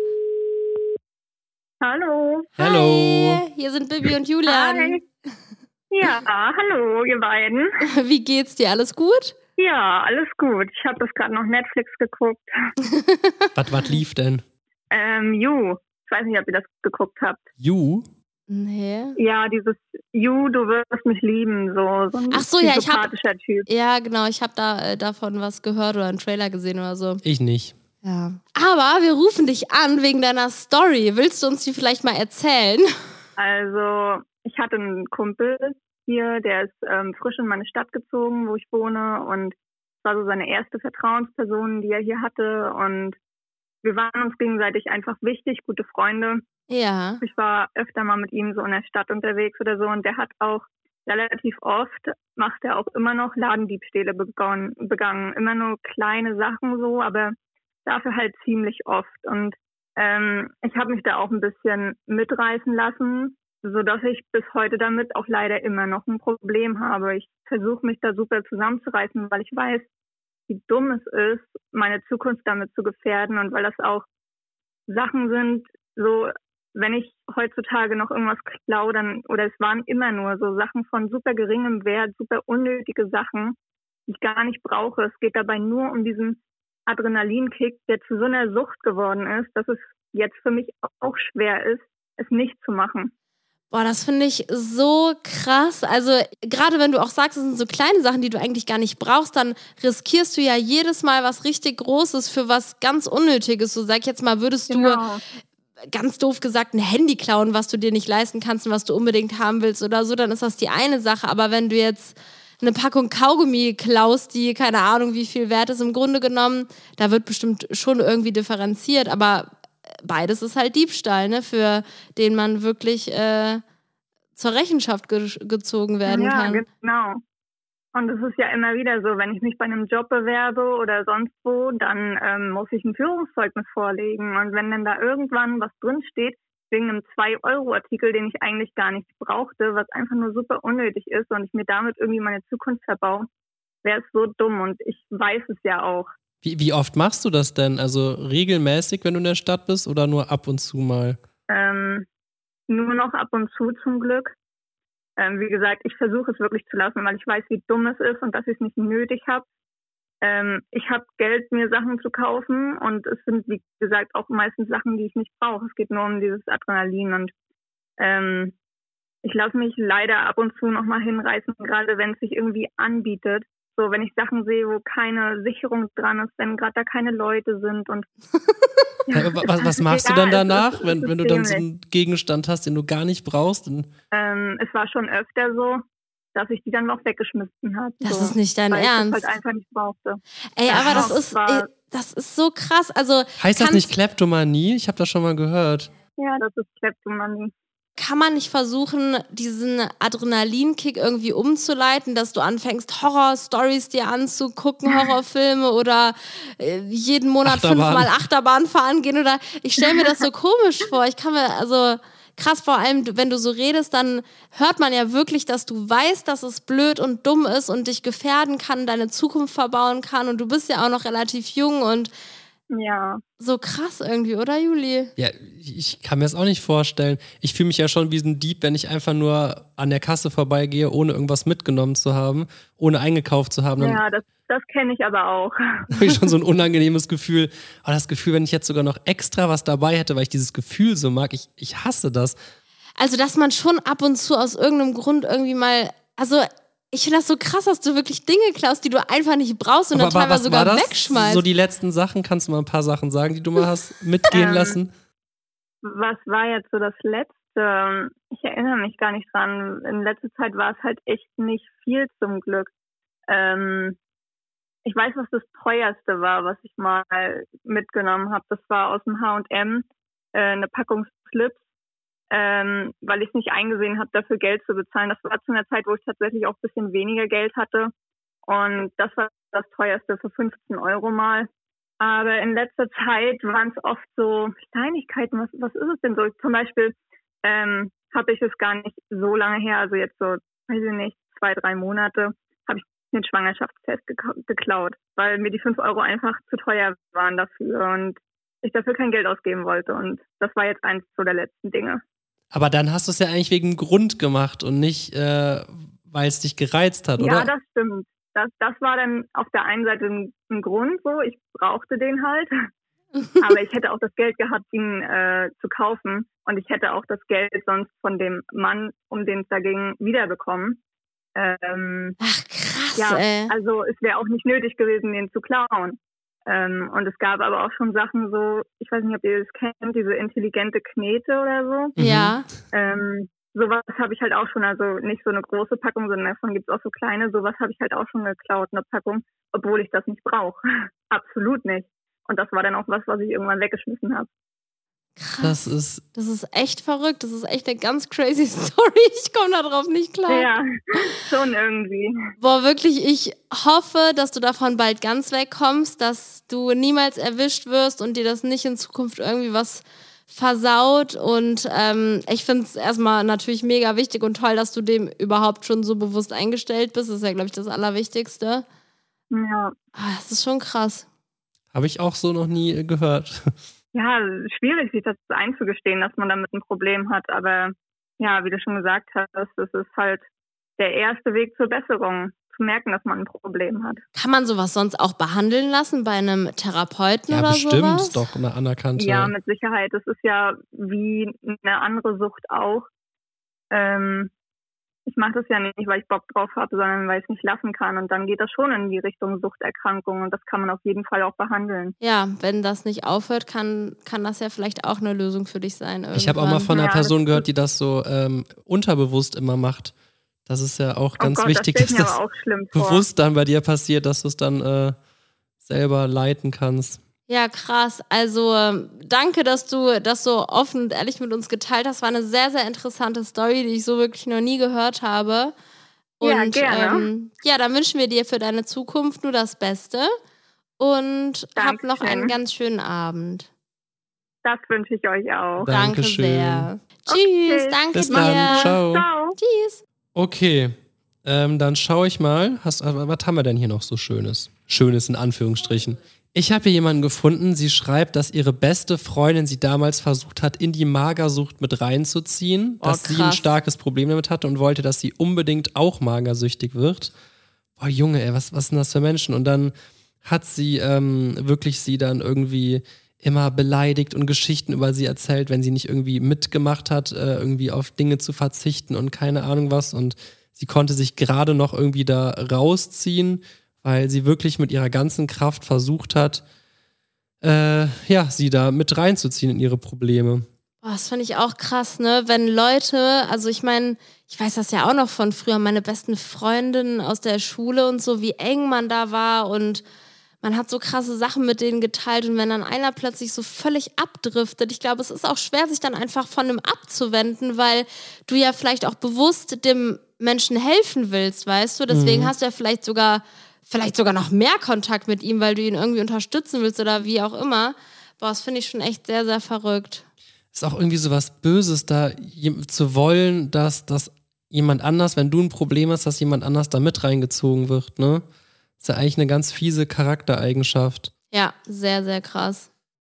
Speaker 5: Hallo.
Speaker 2: Hallo.
Speaker 1: Hi, hier sind Bibi und Julian.
Speaker 5: Hi. Ja, hallo, ihr beiden.
Speaker 1: Wie geht's dir? Alles gut?
Speaker 5: Ja, alles gut. Ich habe das gerade noch Netflix geguckt.
Speaker 2: Was, was lief denn?
Speaker 5: Ähm, You. Ich weiß nicht, ob ihr das geguckt habt.
Speaker 2: You?
Speaker 1: Nee.
Speaker 5: Ja, dieses You, du wirst mich lieben, so, so ein
Speaker 1: Ach so, ja, ich hab-
Speaker 5: sympathischer Typ.
Speaker 1: Ja, genau, ich habe da äh, davon was gehört oder einen Trailer gesehen oder so.
Speaker 2: Ich nicht.
Speaker 1: Ja. Aber wir rufen dich an wegen deiner Story. Willst du uns die vielleicht mal erzählen?
Speaker 5: Also, ich hatte einen Kumpel hier, der ist ähm, frisch in meine Stadt gezogen, wo ich wohne, und es war so seine erste Vertrauensperson, die er hier hatte, und wir waren uns gegenseitig einfach wichtig, gute Freunde.
Speaker 1: Ja.
Speaker 5: Ich war öfter mal mit ihm so in der Stadt unterwegs oder so, und der hat auch relativ oft, macht er auch immer noch Ladendiebstähle begonnen, begangen. Immer nur kleine Sachen so, aber dafür halt ziemlich oft. Und ähm, ich habe mich da auch ein bisschen mitreißen lassen, sodass ich bis heute damit auch leider immer noch ein Problem habe. Ich versuche mich da super zusammenzureißen, weil ich weiß, wie dumm es ist, meine Zukunft damit zu gefährden, und weil das auch Sachen sind, so, wenn ich heutzutage noch irgendwas klaue, dann, oder es waren immer nur so Sachen von super geringem Wert, super unnötige Sachen, die ich gar nicht brauche. Es geht dabei nur um diesen Adrenalinkick, der zu so einer Sucht geworden ist, dass es jetzt für mich auch schwer ist, es nicht zu machen.
Speaker 1: Boah, das finde ich so krass. Also gerade wenn du auch sagst, es sind so kleine Sachen, die du eigentlich gar nicht brauchst, dann riskierst du ja jedes Mal was richtig Großes für was ganz Unnötiges. So sag ich jetzt mal, würdest
Speaker 5: Genau.
Speaker 1: du ganz doof gesagt ein Handy klauen, was du dir nicht leisten kannst und was du unbedingt haben willst oder so, dann ist das die eine Sache. Aber wenn du jetzt eine Packung Kaugummi klaust, die keine Ahnung wie viel wert ist, im Grunde genommen, da wird bestimmt schon irgendwie differenziert, aber beides ist halt Diebstahl, ne, für den man wirklich äh, zur Rechenschaft ge- gezogen werden
Speaker 5: ja,
Speaker 1: kann.
Speaker 5: Ja, genau. Und es ist ja immer wieder so, wenn ich mich bei einem Job bewerbe oder sonst wo, dann ähm, muss ich ein Führungszeugnis vorlegen. Und wenn dann da irgendwann was drinsteht, wegen einem zwei Euro Artikel, den ich eigentlich gar nicht brauchte, was einfach nur super unnötig ist und ich mir damit irgendwie meine Zukunft verbaue, wäre es so dumm. Und ich weiß es ja auch.
Speaker 2: Wie, wie oft machst du das denn? Also regelmäßig, wenn du in der Stadt bist oder nur ab und zu mal?
Speaker 5: Ähm, nur noch ab und zu zum Glück. Ähm, wie gesagt, ich versuche es wirklich zu lassen, weil ich weiß, wie dumm es ist und dass ich es nicht nötig habe. Ähm, ich habe Geld, mir Sachen zu kaufen und es sind, wie gesagt, auch meistens Sachen, die ich nicht brauche. Es geht nur um dieses Adrenalin und ähm, ich lasse mich leider ab und zu nochmal hinreißen, gerade wenn es sich irgendwie anbietet. So, wenn ich Sachen sehe, wo keine Sicherung dran ist, wenn gerade da keine Leute sind und
Speaker 2: ja, was, was machst
Speaker 5: ja,
Speaker 2: du dann
Speaker 5: es
Speaker 2: danach,
Speaker 5: ist- es
Speaker 2: wenn,
Speaker 5: ist
Speaker 2: wenn du dann so
Speaker 5: dämlich.
Speaker 2: einen Gegenstand hast, den du gar nicht brauchst? Und
Speaker 5: Ähm, es war schon öfter so, dass ich die dann noch weggeschmissen habe.
Speaker 1: Das
Speaker 5: so,
Speaker 1: ist nicht dein
Speaker 5: weil
Speaker 1: Ernst.
Speaker 5: ich das halt einfach nicht brauchte.
Speaker 1: Ey,
Speaker 5: Ja,
Speaker 1: aber das
Speaker 5: doch,
Speaker 1: ist,
Speaker 5: war-
Speaker 1: ey, das ist so krass. Also
Speaker 2: heißt das
Speaker 1: kannst-
Speaker 2: nicht Kleptomanie? Ich habe das schon mal gehört.
Speaker 5: Ja, das ist Kleptomanie.
Speaker 1: kann man nicht versuchen, diesen Adrenalinkick irgendwie umzuleiten, dass du anfängst, Horror-Stories dir anzugucken, Horrorfilme oder äh, jeden Monat
Speaker 2: Achterbahn.
Speaker 1: fünfmal Achterbahn fahren gehen oder ich stelle mir das so komisch vor. Ich kann mir, also krass, vor allem, wenn du so redest, dann hört man ja wirklich, dass du weißt, dass es blöd und dumm ist und dich gefährden kann, deine Zukunft verbauen kann und du bist ja auch noch relativ jung und
Speaker 5: Ja.
Speaker 1: so krass irgendwie, oder Juli?
Speaker 2: Ja, ich kann mir das auch nicht vorstellen. Ich fühle mich ja schon wie ein Dieb, wenn ich einfach nur an der Kasse vorbeigehe, ohne irgendwas mitgenommen zu haben, ohne eingekauft zu haben. Dann
Speaker 5: Ja, das, das kenne ich aber auch.
Speaker 2: habe ich schon so ein unangenehmes Gefühl. Aber das Gefühl, wenn ich jetzt sogar noch extra was dabei hätte, weil ich dieses Gefühl so mag, ich, ich hasse das.
Speaker 1: Also, dass man schon ab und zu aus irgendeinem Grund irgendwie mal, also ich finde das so krass, dass du wirklich Dinge klaust, die du einfach nicht brauchst und
Speaker 2: Aber,
Speaker 1: dann
Speaker 2: aber
Speaker 1: teilweise
Speaker 2: was war
Speaker 1: sogar
Speaker 2: das?
Speaker 1: wegschmeißt.
Speaker 2: So die letzten Sachen, kannst du mal ein paar Sachen sagen, die du mal hast mitgehen
Speaker 5: Ähm,
Speaker 2: lassen?
Speaker 5: Was war jetzt so das Letzte? Ich erinnere mich gar nicht dran. In letzter Zeit war es halt echt nicht viel zum Glück. Ähm, ich weiß, was das teuerste war, was ich mal mitgenommen habe. Das war aus dem H und M, äh, eine Packung Slips, ähm, weil ich es nicht eingesehen habe, dafür Geld zu bezahlen. Das war zu einer Zeit, wo ich tatsächlich auch ein bisschen weniger Geld hatte. Und das war das teuerste für fünfzehn Euro mal. Aber in letzter Zeit waren es oft so Kleinigkeiten. Was, was ist es denn so? Zum Beispiel ähm, habe ich es gar nicht so lange her, also jetzt so, weiß ich nicht, zwei, drei Monate, habe ich den Schwangerschaftstest geka- geklaut, weil mir die fünf Euro einfach zu teuer waren dafür und ich dafür kein Geld ausgeben wollte. Und das war jetzt eins so der letzten Dinge.
Speaker 2: Aber dann hast du es ja eigentlich wegen Grund gemacht und nicht, äh, weil es dich gereizt hat,
Speaker 5: Ja,
Speaker 2: oder?
Speaker 5: das stimmt. Das, das war dann auf der einen Seite ein, ein Grund so, ich brauchte den halt. Aber ich hätte auch das Geld gehabt, ihn äh, zu kaufen. Und ich hätte auch das Geld sonst von dem Mann, um den es da ging, wiederbekommen. Ähm,
Speaker 1: Ach krass,
Speaker 5: ja,
Speaker 1: ey.
Speaker 5: also es wäre auch nicht nötig gewesen, den zu klauen. Ähm, und es gab aber auch schon Sachen so, ich weiß nicht, ob ihr das kennt, diese intelligente Knete oder so.
Speaker 2: Mhm.
Speaker 1: Ja.
Speaker 5: Ähm, sowas habe ich halt auch schon, also nicht so eine große Packung, sondern davon gibt es auch so kleine. Sowas habe ich halt auch schon geklaut, eine Packung, obwohl ich das nicht brauche. Absolut nicht. Und das war dann auch was, was ich irgendwann weggeschmissen habe.
Speaker 1: Krass.
Speaker 2: Das ist,
Speaker 1: Das ist echt verrückt. Das ist echt eine ganz crazy Story. Ich komme da drauf nicht klar.
Speaker 5: Ja, schon irgendwie.
Speaker 1: Boah, wirklich, ich hoffe, dass du davon bald ganz wegkommst, dass du niemals erwischt wirst und dir das nicht in Zukunft irgendwie was versaut. Und ähm, ich finde es erstmal natürlich mega wichtig und toll, dass du dem überhaupt schon so bewusst eingestellt bist. Das ist ja, glaube ich, das Allerwichtigste.
Speaker 5: Ja.
Speaker 1: Ah, das ist schon krass.
Speaker 2: habe ich auch so noch nie äh, gehört.
Speaker 5: Ja, schwierig, sich das einzugestehen, dass man damit ein Problem hat. Aber ja, wie du schon gesagt hast, das ist halt der erste Weg zur Besserung. merken, dass man ein Problem hat.
Speaker 1: Kann man sowas sonst auch behandeln lassen bei einem Therapeuten
Speaker 2: Ja,
Speaker 1: oder
Speaker 2: bestimmt,
Speaker 1: sowas?
Speaker 2: ist doch eine anerkannte.
Speaker 5: Ja, mit Sicherheit. Das ist ja wie eine andere Sucht auch. Ähm, ich mache das ja nicht, weil ich Bock drauf habe, sondern weil ich es nicht lassen kann. Und dann geht das schon in die Richtung Suchterkrankung und das kann man auf jeden Fall auch behandeln.
Speaker 1: Ja, wenn das nicht aufhört, kann, kann das ja vielleicht auch eine Lösung für dich sein.
Speaker 2: Ich habe auch mal
Speaker 1: irgendwann.
Speaker 2: von einer
Speaker 5: Ja,
Speaker 2: Person
Speaker 5: das
Speaker 2: gehört, die das so ähm, unterbewusst immer macht. Das ist ja auch ganz
Speaker 5: oh Gott,
Speaker 2: wichtig,
Speaker 5: das
Speaker 2: dass
Speaker 5: stelle ich mir
Speaker 2: das
Speaker 5: aber auch schlimm vor.
Speaker 2: bewusst dann bei dir passiert, dass du es dann äh, selber leiten kannst.
Speaker 1: Ja, krass. Also ähm, danke, dass du das so offen und ehrlich mit uns geteilt hast. War eine sehr, sehr interessante Story, die ich so wirklich noch nie gehört habe. Und
Speaker 5: Ja, gerne.
Speaker 1: Ähm, ja, dann wünschen wir dir für deine Zukunft nur das Beste und hab noch
Speaker 5: Dankeschön.
Speaker 1: einen ganz schönen Abend.
Speaker 5: Das wünsche ich euch auch.
Speaker 1: Danke
Speaker 2: Dankeschön.
Speaker 1: sehr.
Speaker 5: Okay.
Speaker 1: Tschüss, danke
Speaker 2: Bis
Speaker 1: dir.
Speaker 2: dann. Ciao.
Speaker 5: Ciao.
Speaker 1: Tschüss.
Speaker 2: Okay, ähm, dann schaue ich mal. Hast, äh, was haben wir denn hier noch so Schönes? Schönes in Anführungsstrichen. Ich habe hier jemanden gefunden, sie schreibt, dass ihre beste Freundin sie damals versucht hat, in die Magersucht mit reinzuziehen,
Speaker 1: Oh,
Speaker 2: dass sie ein
Speaker 1: krass.
Speaker 2: starkes Problem damit hatte und wollte, dass sie unbedingt auch magersüchtig wird. Boah, Junge, ey, was, was sind das für Menschen? Und dann hat sie ähm, wirklich sie dann irgendwie immer beleidigt und Geschichten über sie erzählt, wenn sie nicht irgendwie mitgemacht hat, äh, irgendwie auf Dinge zu verzichten und keine Ahnung was. Und sie konnte sich gerade noch irgendwie da rausziehen, weil sie wirklich mit ihrer ganzen Kraft versucht hat, äh, ja, sie da mit reinzuziehen in ihre Probleme.
Speaker 1: Boah, das finde ich auch krass, ne? Wenn Leute, also ich meine, ich weiß das ja auch noch von früher, meine besten Freundinnen aus der Schule und so, wie eng man da war und man hat so krasse Sachen mit denen geteilt und wenn dann einer plötzlich so völlig abdriftet, ich glaube, es ist auch schwer, sich dann einfach von dem abzuwenden, weil du ja vielleicht auch bewusst dem Menschen helfen willst, weißt du? Deswegen
Speaker 2: Mhm.
Speaker 1: hast du ja vielleicht sogar, vielleicht sogar noch mehr Kontakt mit ihm, weil du ihn irgendwie unterstützen willst oder wie auch immer. Boah, das finde ich schon echt sehr, sehr verrückt.
Speaker 2: Ist auch irgendwie so was Böses, da je- zu wollen, dass, dass jemand anders, wenn du ein Problem hast, dass jemand anders da mit reingezogen wird, ne? Ist ja eigentlich eine ganz fiese Charaktereigenschaft.
Speaker 1: Ja, sehr, sehr krass.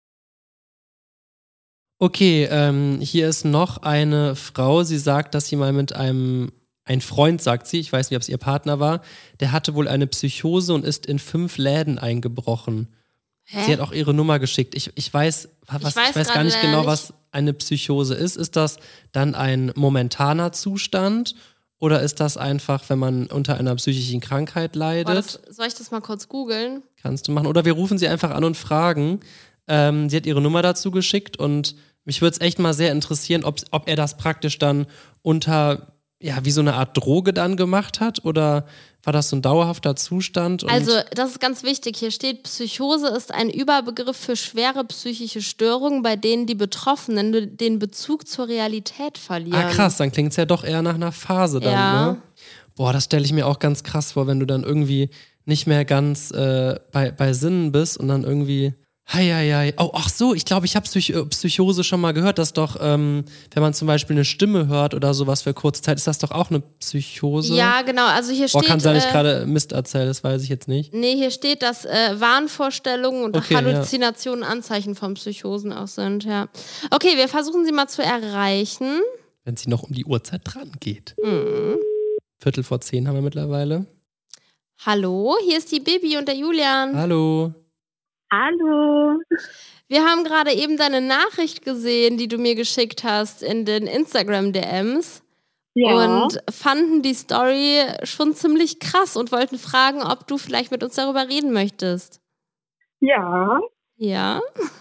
Speaker 2: Okay, ähm, hier ist noch eine Frau, sie sagt, dass sie mal mit einem, ein Freund, sagt sie, ich weiß nicht, ob es ihr Partner war, der hatte wohl eine Psychose und ist in fünf Läden eingebrochen.
Speaker 1: Hä?
Speaker 2: Sie hat auch ihre Nummer geschickt. Ich, ich, weiß, was,
Speaker 1: Ich
Speaker 2: ich
Speaker 1: weiß
Speaker 2: weiß, gar
Speaker 1: gerade
Speaker 2: nicht
Speaker 1: leider
Speaker 2: genau,
Speaker 1: nicht.
Speaker 2: was eine Psychose ist. Ist das dann ein momentaner Zustand oder ist das einfach, wenn man unter einer psychischen Krankheit
Speaker 1: Boah,
Speaker 2: leidet?
Speaker 1: das, soll ich das mal kurz googeln?
Speaker 2: Kannst du machen. Oder wir rufen sie einfach an und fragen. Ähm, sie hat ihre Nummer dazu geschickt und mich würde es echt mal sehr interessieren, ob, ob er das praktisch dann unter, ja, wie so eine Art Droge dann gemacht hat oder war das so ein dauerhafter Zustand? Und
Speaker 1: Also, das ist ganz wichtig. Hier steht, Psychose ist ein Überbegriff für schwere psychische Störungen, bei denen die Betroffenen den Bezug zur Realität verlieren.
Speaker 2: ah, krass, dann klingt es ja doch eher nach einer Phase dann,
Speaker 1: Ja.
Speaker 2: ne? Boah, das stelle ich mir auch ganz krass vor, wenn du dann irgendwie nicht mehr ganz äh, bei, bei Sinnen bist und dann irgendwie. Hei, hei, hei. Oh, ach so, ich glaube, ich habe Psych Psychose schon mal gehört, dass doch, ähm, wenn man zum Beispiel eine Stimme hört oder sowas für kurze Zeit, ist das doch auch eine Psychose?
Speaker 1: Ja, genau. Also hier
Speaker 2: Boah,
Speaker 1: steht.
Speaker 2: kann sein, dass ich
Speaker 1: äh,
Speaker 2: gerade Mist erzähle, das weiß ich jetzt nicht.
Speaker 1: Nee, hier steht, dass äh, Wahnvorstellungen und
Speaker 2: Okay,
Speaker 1: Halluzinationen Anzeichen von Psychosen auch sind, ja. Okay, wir versuchen sie mal zu erreichen.
Speaker 2: Wenn sie noch um die Uhrzeit dran geht.
Speaker 1: Mhm.
Speaker 2: Viertel vor zehn haben wir mittlerweile.
Speaker 1: Hallo, hier ist die Bibi und der Julian.
Speaker 2: Hallo.
Speaker 5: Hallo.
Speaker 1: Wir haben gerade eben deine Nachricht gesehen, die du mir geschickt hast in den Instagram-D Ms.
Speaker 5: Ja.
Speaker 1: Und fanden die Story schon ziemlich krass und wollten fragen, ob du vielleicht mit uns darüber reden möchtest.
Speaker 5: Ja.
Speaker 1: Ja?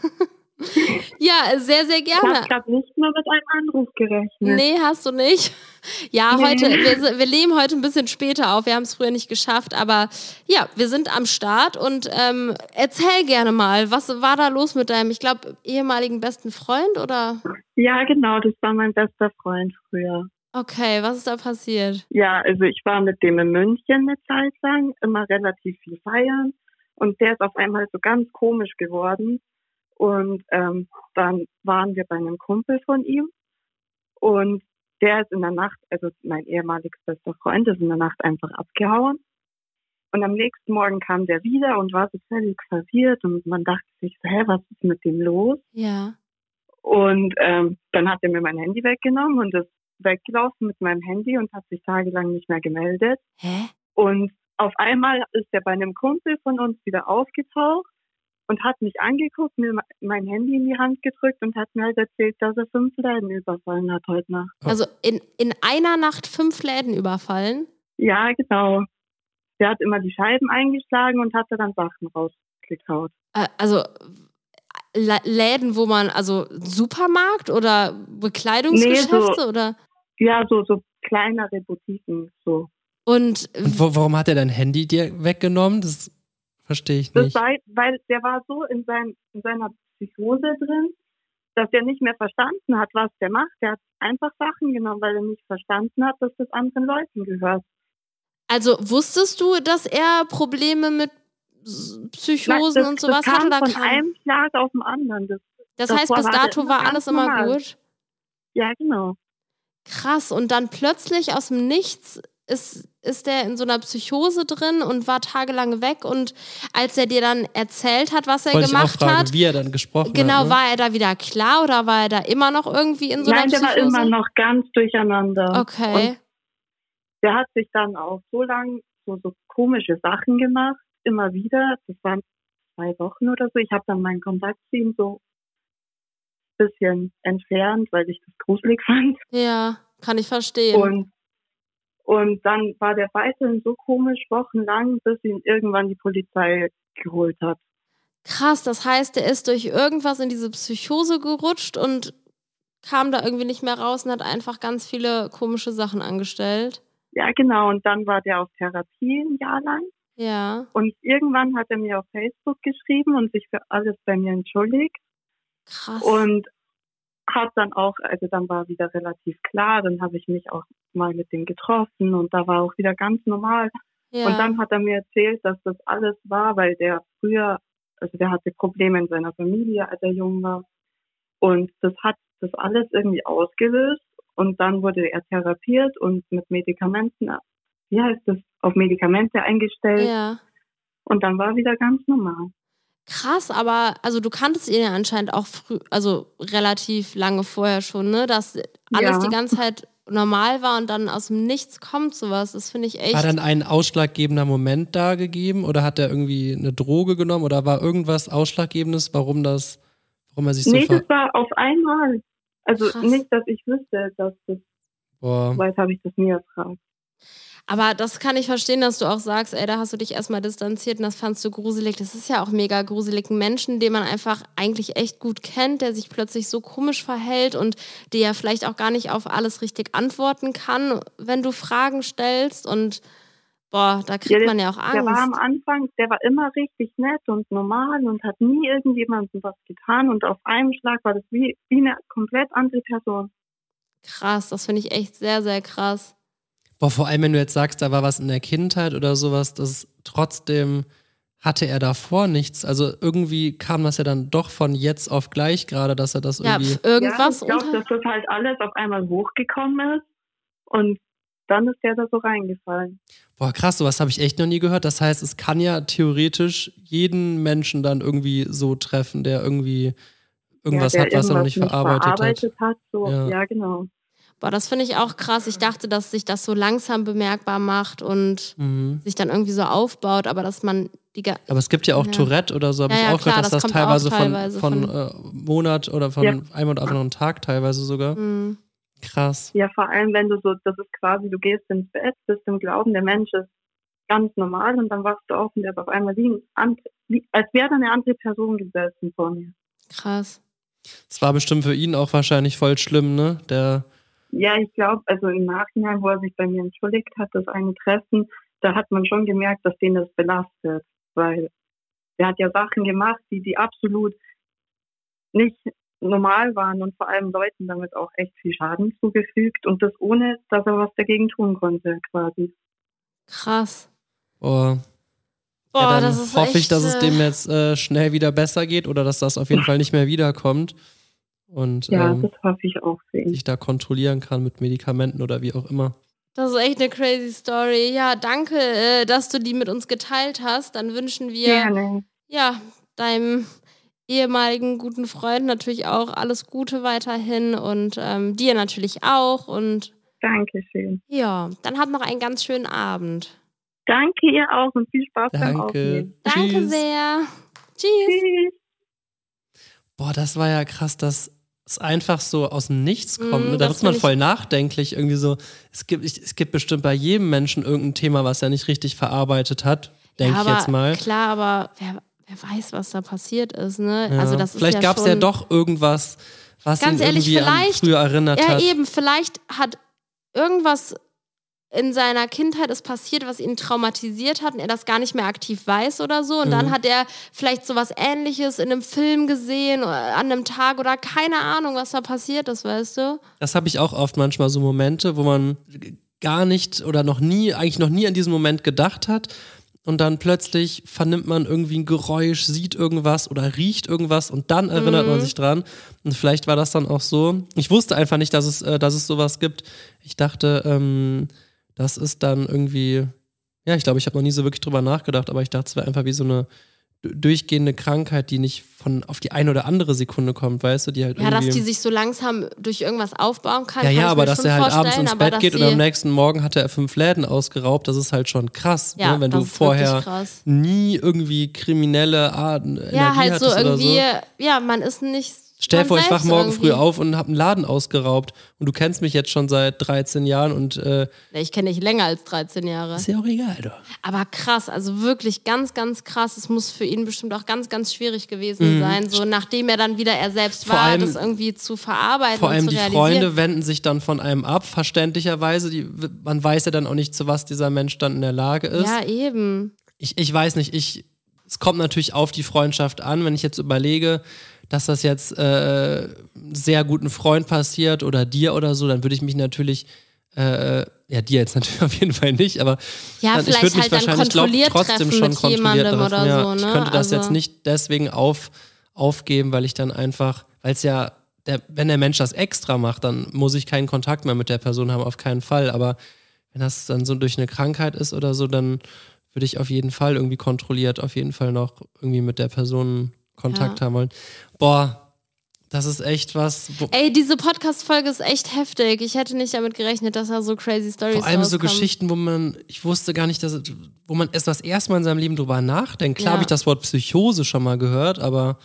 Speaker 1: Ja, sehr, sehr
Speaker 5: Ich
Speaker 1: gerne.
Speaker 5: habe gerade nicht mehr mit einem Anruf gerechnet.
Speaker 1: Nee, hast du nicht? Ja,
Speaker 5: Nee.
Speaker 1: heute, wir, wir nehmen heute ein bisschen später auf. Wir haben es früher nicht geschafft, aber ja, wir sind am Start und ähm, erzähl gerne mal, was war da los mit deinem, ich glaube, ehemaligen besten Freund oder?
Speaker 5: Ja, genau, das war mein bester Freund früher.
Speaker 1: Okay, was ist da passiert?
Speaker 5: Ja, also ich war mit dem in München eine Zeit lang, immer relativ viel feiern und der ist auf einmal so ganz komisch geworden und ähm, dann waren wir bei einem Kumpel von ihm und der ist in der Nacht, also mein ehemaliger bester Freund, ist in der Nacht einfach abgehauen und am nächsten Morgen kam der wieder und war so völlig verwirrt und man dachte sich so, hä, was ist mit dem los?
Speaker 1: Ja.
Speaker 5: Und ähm, dann hat er mir mein Handy weggenommen und ist weggelaufen mit meinem Handy und hat sich tagelang nicht mehr gemeldet.
Speaker 1: Hä?
Speaker 5: Und
Speaker 4: auf einmal ist er bei einem Kumpel von uns wieder aufgetaucht und hat mich angeguckt, mir mein Handy in die Hand gedrückt und hat mir halt erzählt, dass er fünf Läden überfallen hat heute Nacht.
Speaker 1: Also in, in einer Nacht fünf Läden überfallen?
Speaker 4: Ja, genau. Der hat immer die Scheiben eingeschlagen und hat dann Sachen rausgekaut.
Speaker 1: Äh, also L- Läden, wo man, also Supermarkt oder Bekleidungsgeschäfte
Speaker 4: Nee, so,
Speaker 1: oder?
Speaker 4: Ja, so, so kleinere Boutiquen, so.
Speaker 1: Und,
Speaker 2: Und wo, warum hat er dein Handy dir weggenommen? Das verstehe ich
Speaker 4: Das
Speaker 2: nicht.
Speaker 4: war, weil der war so in, sein, in seiner Psychose drin, dass er nicht mehr verstanden hat, was der macht. Der hat einfach Sachen genommen, weil er nicht verstanden hat, dass das anderen Leuten gehört.
Speaker 1: also wusstest du, dass er Probleme mit S- Psychosen
Speaker 4: das,
Speaker 1: und sowas
Speaker 4: das kam
Speaker 1: hatte? Oder
Speaker 4: von
Speaker 1: kam,
Speaker 4: einem Schlag auf den anderen. Das,
Speaker 1: das
Speaker 4: davor
Speaker 1: heißt, bis
Speaker 4: war der
Speaker 1: dato
Speaker 4: immer
Speaker 1: war
Speaker 4: ganz
Speaker 1: alles immer
Speaker 4: normal.
Speaker 1: gut?
Speaker 4: Ja, genau.
Speaker 1: Krass. Und dann plötzlich aus dem Nichts ist, ist der in so einer Psychose drin und war tagelang weg. Und als er dir dann erzählt hat, was er
Speaker 2: Wollte ich auch
Speaker 1: gemacht
Speaker 2: fragen,
Speaker 1: hat,
Speaker 2: wie er dann gesprochen
Speaker 1: genau,
Speaker 2: hat. Ne?
Speaker 1: war er da wieder klar oder war er da immer noch irgendwie in so
Speaker 4: Nein,
Speaker 1: einer
Speaker 4: der
Speaker 1: Psychose?
Speaker 4: war immer noch ganz durcheinander.
Speaker 1: Okay.
Speaker 4: Und der hat sich dann auch so lang so, so komische Sachen gemacht, immer wieder. Das waren zwei Wochen oder so. Ich habe dann meinen Kontakt zu ihm so ein bisschen entfernt, weil ich das gruselig fand.
Speaker 1: Ja, kann ich verstehen.
Speaker 4: Und, und dann war der weiterhin so komisch wochenlang, bis ihn irgendwann die Polizei geholt hat.
Speaker 1: Krass, das heißt, er ist durch irgendwas in diese Psychose gerutscht und kam da irgendwie nicht mehr raus und hat einfach ganz viele komische Sachen angestellt.
Speaker 4: Ja, genau. Und dann war der auf Therapie ein Jahr lang.
Speaker 1: Ja,
Speaker 4: Und irgendwann hat er mir auf Facebook geschrieben und sich für alles bei mir entschuldigt.
Speaker 1: krass.
Speaker 4: Und hat dann auch, also dann war wieder relativ klar, dann habe ich mich auch mal mit dem getroffen und da war auch wieder ganz normal.
Speaker 1: ja.
Speaker 4: Und dann hat er mir erzählt, dass das alles war, weil der früher, also der hatte Probleme in seiner Familie, als er jung war. Und das hat das alles irgendwie ausgelöst. Und dann wurde er therapiert und mit Medikamenten, wie heißt das, auf Medikamente eingestellt.
Speaker 1: Ja.
Speaker 4: Und dann war wieder ganz normal.
Speaker 1: Krass, aber also du kanntest ihn ja anscheinend auch früh, also relativ lange vorher schon, ne? Dass alles
Speaker 4: Ja.
Speaker 1: die ganze Zeit normal war und dann aus dem Nichts kommt sowas. Das finde ich echt.
Speaker 2: War dann ein ausschlaggebender Moment da gegeben oder hat er irgendwie eine Droge genommen oder war irgendwas Ausschlaggebendes, warum das, warum er sich so
Speaker 4: Nee,
Speaker 2: ver...
Speaker 4: das war auf einmal. Also
Speaker 1: Krass.
Speaker 4: nicht, dass ich wüsste, dass das,
Speaker 2: Boah.
Speaker 4: weit habe ich das nie erfragt.
Speaker 1: Aber das kann ich verstehen, dass du auch sagst, ey, da hast du dich erstmal distanziert und das fandst du gruselig. Das ist ja auch mega gruselig. Ein Menschen, den man einfach eigentlich echt gut kennt, der sich plötzlich so komisch verhält und der ja vielleicht auch gar nicht auf alles richtig antworten kann, wenn du Fragen stellst. Und boah, da kriegt
Speaker 4: Ja, der-
Speaker 1: man ja auch
Speaker 4: Der war am
Speaker 1: Angst.
Speaker 4: Anfang, der war immer richtig nett und normal und hat nie irgendjemandem was getan und auf einen Schlag war das wie, wie eine komplett andere Person.
Speaker 1: Krass, das finde ich echt sehr, sehr krass.
Speaker 2: Boah, vor allem, wenn du jetzt sagst, da war was in der Kindheit oder sowas, das trotzdem hatte er davor nichts. Also irgendwie kam das ja dann doch von jetzt auf gleich gerade, dass er das
Speaker 1: Ja,
Speaker 2: irgendwie...
Speaker 1: pf, irgendwas
Speaker 4: ja, ich glaube,
Speaker 1: unter.
Speaker 4: dass das halt alles auf einmal hochgekommen ist und dann ist der da so reingefallen.
Speaker 2: Boah, krass, sowas habe ich echt noch nie gehört. Das heißt, es kann ja theoretisch jeden Menschen dann irgendwie so treffen, der irgendwie irgendwas
Speaker 4: ja, der
Speaker 2: hat, was er noch
Speaker 4: irgendwas
Speaker 2: nicht verarbeitet,
Speaker 4: verarbeitet hat. so.
Speaker 2: Ja.
Speaker 4: Ja. genau.
Speaker 1: Boah, das finde ich auch krass. Ich dachte, dass sich das so langsam bemerkbar macht und
Speaker 2: hat. Mhm.
Speaker 1: sich dann irgendwie so aufbaut, aber dass man die ga-
Speaker 2: Aber es gibt ja auch
Speaker 1: Ja.
Speaker 2: Tourette oder so, habe
Speaker 1: Ja,
Speaker 2: ich
Speaker 1: ja,
Speaker 2: auch
Speaker 1: klar,
Speaker 2: gehört, dass
Speaker 1: das
Speaker 2: das,
Speaker 1: kommt auch
Speaker 2: teilweise,
Speaker 1: teilweise
Speaker 2: von, von,
Speaker 1: von-
Speaker 2: äh, Monat oder von
Speaker 4: Ja.
Speaker 2: einem oder anderen Tag teilweise sogar.
Speaker 1: Hm.
Speaker 2: Krass.
Speaker 4: Ja, vor allem, wenn du so, das ist quasi, du gehst ins Bett, bist im Glauben, der Mensch ist ganz normal und dann wachst du auf und der ist auf einmal wie, ein and, wie als wäre da eine andere Person gesessen vor mir.
Speaker 1: Krass.
Speaker 2: Es war bestimmt für ihn auch wahrscheinlich voll schlimm, ne? Der,
Speaker 4: Ja, ich glaube, also im Nachhinein, wo er sich bei mir entschuldigt hat, das eine Treffen, da hat man schon gemerkt, dass den das belastet, weil er hat ja Sachen gemacht, die, die absolut nicht normal waren und vor allem Leuten damit auch echt viel Schaden zugefügt und das ohne, dass er was dagegen tun konnte, quasi.
Speaker 1: Krass.
Speaker 2: oh,
Speaker 1: Boah,
Speaker 2: ja, dann
Speaker 1: das ist
Speaker 2: hoffe ich,
Speaker 1: echt,
Speaker 2: dass es
Speaker 1: äh,
Speaker 2: dem jetzt äh, schnell wieder besser geht oder dass das auf jeden Fall nicht mehr wiederkommt und
Speaker 4: Ja,
Speaker 2: ähm,
Speaker 4: das hoffe ich auch für ihn.
Speaker 2: sich da kontrollieren kann mit Medikamenten oder wie auch immer.
Speaker 1: Das ist echt eine crazy Story. Ja, danke, äh, dass du die mit uns geteilt hast. Dann wünschen wir
Speaker 4: Gerne.
Speaker 1: ja deinem ehemaligen guten Freund natürlich auch alles Gute weiterhin und ähm, dir natürlich auch. Und
Speaker 4: Dankeschön.
Speaker 1: ja, dann habt noch einen ganz schönen Abend.
Speaker 5: Danke ihr auch und viel Spaß beim
Speaker 2: Danke.
Speaker 5: Aufnehmen.
Speaker 1: Danke
Speaker 2: Tschüss.
Speaker 1: sehr. Tschüss.
Speaker 5: Tschüss.
Speaker 2: Boah, das war ja krass, dass es einfach so aus dem Nichts kommt.
Speaker 1: Mm,
Speaker 2: Ne? Da
Speaker 1: das
Speaker 2: wird man
Speaker 1: find ich-
Speaker 2: voll nachdenklich. Irgendwie so, es gibt, ich, es gibt bestimmt bei jedem Menschen irgendein Thema, was er nicht richtig verarbeitet hat. Denke
Speaker 1: Ja,
Speaker 2: ich
Speaker 1: aber
Speaker 2: jetzt mal.
Speaker 1: Klar, aber wer, wer weiß, was da passiert ist, ne?
Speaker 2: Ja.
Speaker 1: Also das ist
Speaker 2: vielleicht
Speaker 1: ja
Speaker 2: gab es
Speaker 1: schon,
Speaker 2: ja doch irgendwas, was
Speaker 1: Ganz
Speaker 2: ihn
Speaker 1: ehrlich,
Speaker 2: irgendwie an
Speaker 1: vielleicht-
Speaker 2: früher erinnert
Speaker 1: Ja,
Speaker 2: hat.
Speaker 1: eben, vielleicht hat irgendwas in seiner Kindheit ist passiert, was ihn traumatisiert hat und er das gar nicht mehr aktiv weiß oder so. Und
Speaker 2: Mhm.
Speaker 1: dann hat er vielleicht sowas Ähnliches in einem Film gesehen oder an einem Tag oder keine Ahnung, was da passiert ist, weißt du?
Speaker 2: Das habe ich auch oft manchmal so Momente, wo man gar nicht oder noch nie, eigentlich noch nie an diesen Moment gedacht hat. Und dann plötzlich vernimmt man irgendwie ein Geräusch, sieht irgendwas oder riecht irgendwas und dann erinnert
Speaker 1: Mhm.
Speaker 2: man sich dran. Und vielleicht war das dann auch so. Ich wusste einfach nicht, dass es, äh, dass es sowas gibt. Ich dachte, ähm, das ist dann irgendwie, ja, ich glaube, ich habe noch nie so wirklich drüber nachgedacht, aber ich dachte, es wäre einfach wie so eine d- durchgehende Krankheit, die nicht von auf die eine oder andere Sekunde kommt, weißt du, die halt
Speaker 1: Ja,
Speaker 2: irgendwie...
Speaker 1: dass die sich so langsam durch irgendwas aufbauen kann.
Speaker 2: Ja,
Speaker 1: kann
Speaker 2: ja,
Speaker 1: ich
Speaker 2: aber
Speaker 1: mir
Speaker 2: dass
Speaker 1: schon
Speaker 2: er halt abends
Speaker 1: vorstellen,
Speaker 2: ins
Speaker 1: aber
Speaker 2: Bett
Speaker 1: dass
Speaker 2: geht und
Speaker 1: sie-
Speaker 2: am nächsten Morgen hat er fünf Läden ausgeraubt, das ist halt schon krass,
Speaker 1: Ja,
Speaker 2: ne? Wenn
Speaker 1: das
Speaker 2: du
Speaker 1: ist
Speaker 2: vorher
Speaker 1: wirklich krass.
Speaker 2: nie irgendwie kriminelle Art, Energie
Speaker 1: Ja, halt so
Speaker 2: hattest oder
Speaker 1: irgendwie,
Speaker 2: so.
Speaker 1: ja, man ist nicht.
Speaker 2: Stell dir
Speaker 1: man
Speaker 2: vor, ich wach
Speaker 1: selbst
Speaker 2: morgen
Speaker 1: irgendwie.
Speaker 2: früh auf und hab einen Laden ausgeraubt und du kennst mich jetzt schon seit dreizehn Jahren und äh,
Speaker 1: Ja, ich kenne dich länger als dreizehn Jahre.
Speaker 2: ist ja auch egal, doch.
Speaker 1: Aber krass, also wirklich ganz, ganz krass. Es muss für ihn bestimmt auch ganz, ganz schwierig gewesen sein, so nachdem er dann wieder er selbst
Speaker 2: Mhm. Vor
Speaker 1: war,
Speaker 2: allem-
Speaker 1: das irgendwie zu verarbeiten
Speaker 2: Vor allem
Speaker 1: und zu
Speaker 2: die
Speaker 1: realisieren.
Speaker 2: Freunde wenden sich dann von einem ab, verständlicherweise. Die, man weiß ja dann auch nicht, zu was dieser Mensch dann in der Lage ist.
Speaker 1: Ja, eben.
Speaker 2: Ich, ich weiß nicht, ich, es kommt natürlich auf die Freundschaft an, wenn ich jetzt überlege, dass das jetzt äh, sehr guten Freund passiert oder dir oder so, dann würde ich mich natürlich, äh, ja, dir jetzt natürlich auf jeden Fall nicht, aber
Speaker 1: Ja,
Speaker 2: dann, ich
Speaker 1: vielleicht
Speaker 2: würde mich
Speaker 1: halt dann
Speaker 2: wahrscheinlich glaub,
Speaker 1: kontrolliert
Speaker 2: trotzdem
Speaker 1: treffen
Speaker 2: schon
Speaker 1: mit
Speaker 2: kontrolliert
Speaker 1: jemandem
Speaker 2: treffen.
Speaker 1: oder
Speaker 2: Ja,
Speaker 1: so, ne?
Speaker 2: ich könnte das
Speaker 1: Also-
Speaker 2: jetzt nicht deswegen auf, aufgeben, weil ich dann einfach, weil es ja, der, wenn der Mensch das extra macht, dann muss ich keinen Kontakt mehr mit der Person haben, auf keinen Fall, aber wenn das dann so durch eine Krankheit ist oder so, dann würde ich auf jeden Fall irgendwie kontrolliert, auf jeden Fall noch irgendwie mit der Person Kontakt
Speaker 1: Ja.
Speaker 2: haben wollen. Boah, das ist echt was. Wo,
Speaker 1: Ey, diese Podcast-Folge ist echt heftig. Ich hätte nicht damit gerechnet, dass da so crazy Stories
Speaker 2: vor allem so
Speaker 1: rauskommen.
Speaker 2: Geschichten, wo man, ich wusste gar nicht, dass, es- wo man erst das erste Mal in seinem Leben drüber nachdenkt. Klar
Speaker 1: Ja.
Speaker 2: habe ich das Wort Psychose schon mal gehört, aber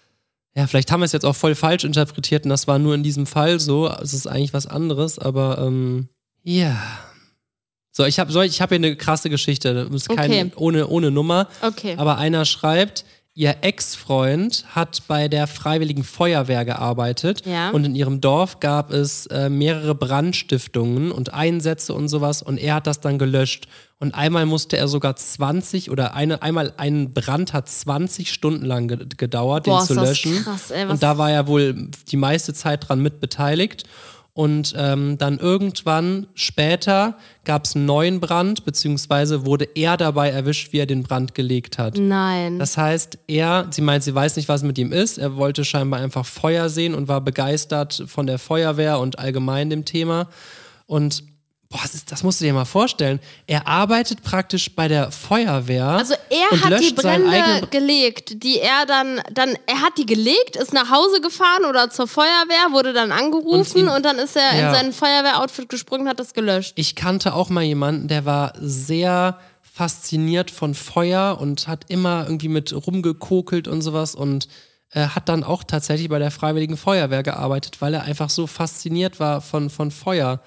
Speaker 2: ja, vielleicht haben wir es jetzt auch voll falsch interpretiert und das war nur in diesem Fall so. Es ist eigentlich was anderes, aber ähm, ja. So, ich habe ich hab hier eine krasse Geschichte. Das ist kein,
Speaker 1: Okay.
Speaker 2: ohne, ohne Nummer.
Speaker 1: Okay.
Speaker 2: Aber einer schreibt, ihr Ex-Freund hat bei der Freiwilligen Feuerwehr gearbeitet
Speaker 1: Ja.
Speaker 2: und in ihrem Dorf gab es äh, mehrere Brandstiftungen und Einsätze und sowas und er hat das dann gelöscht. Und einmal musste er sogar zwanzig oder eine, einmal ein Brand hat zwanzig Stunden lang ge gedauert,
Speaker 1: Boah,
Speaker 2: den
Speaker 1: ist
Speaker 2: zu
Speaker 1: das
Speaker 2: löschen.
Speaker 1: krass, ey, was-
Speaker 2: und da war er wohl die meiste Zeit dran mit beteiligt. Und ähm, dann irgendwann später gab es einen neuen Brand, beziehungsweise wurde er dabei erwischt, wie er den Brand gelegt hat.
Speaker 1: Nein.
Speaker 2: Das heißt, er, sie meint, sie weiß nicht, was mit ihm ist. Er wollte scheinbar einfach Feuer sehen und war begeistert von der Feuerwehr und allgemein dem Thema. Und boah, das, ist, das musst du dir mal vorstellen. Er arbeitet praktisch bei der Feuerwehr.
Speaker 1: Also er
Speaker 2: und
Speaker 1: hat die
Speaker 2: löscht seinen
Speaker 1: Brände
Speaker 2: eigenen-
Speaker 1: gelegt, die er dann, dann, er hat die gelegt, ist nach Hause gefahren oder zur Feuerwehr, wurde dann angerufen
Speaker 2: ihm-
Speaker 1: und, dann ist er
Speaker 2: Ja.
Speaker 1: in sein Feuerwehroutfit gesprungen und hat das gelöscht.
Speaker 2: Ich kannte auch mal jemanden, der war sehr fasziniert von Feuer und hat immer irgendwie mit rumgekokelt und sowas und äh, hat dann auch tatsächlich bei der Freiwilligen Feuerwehr gearbeitet, weil er einfach so fasziniert war von, von Feuer.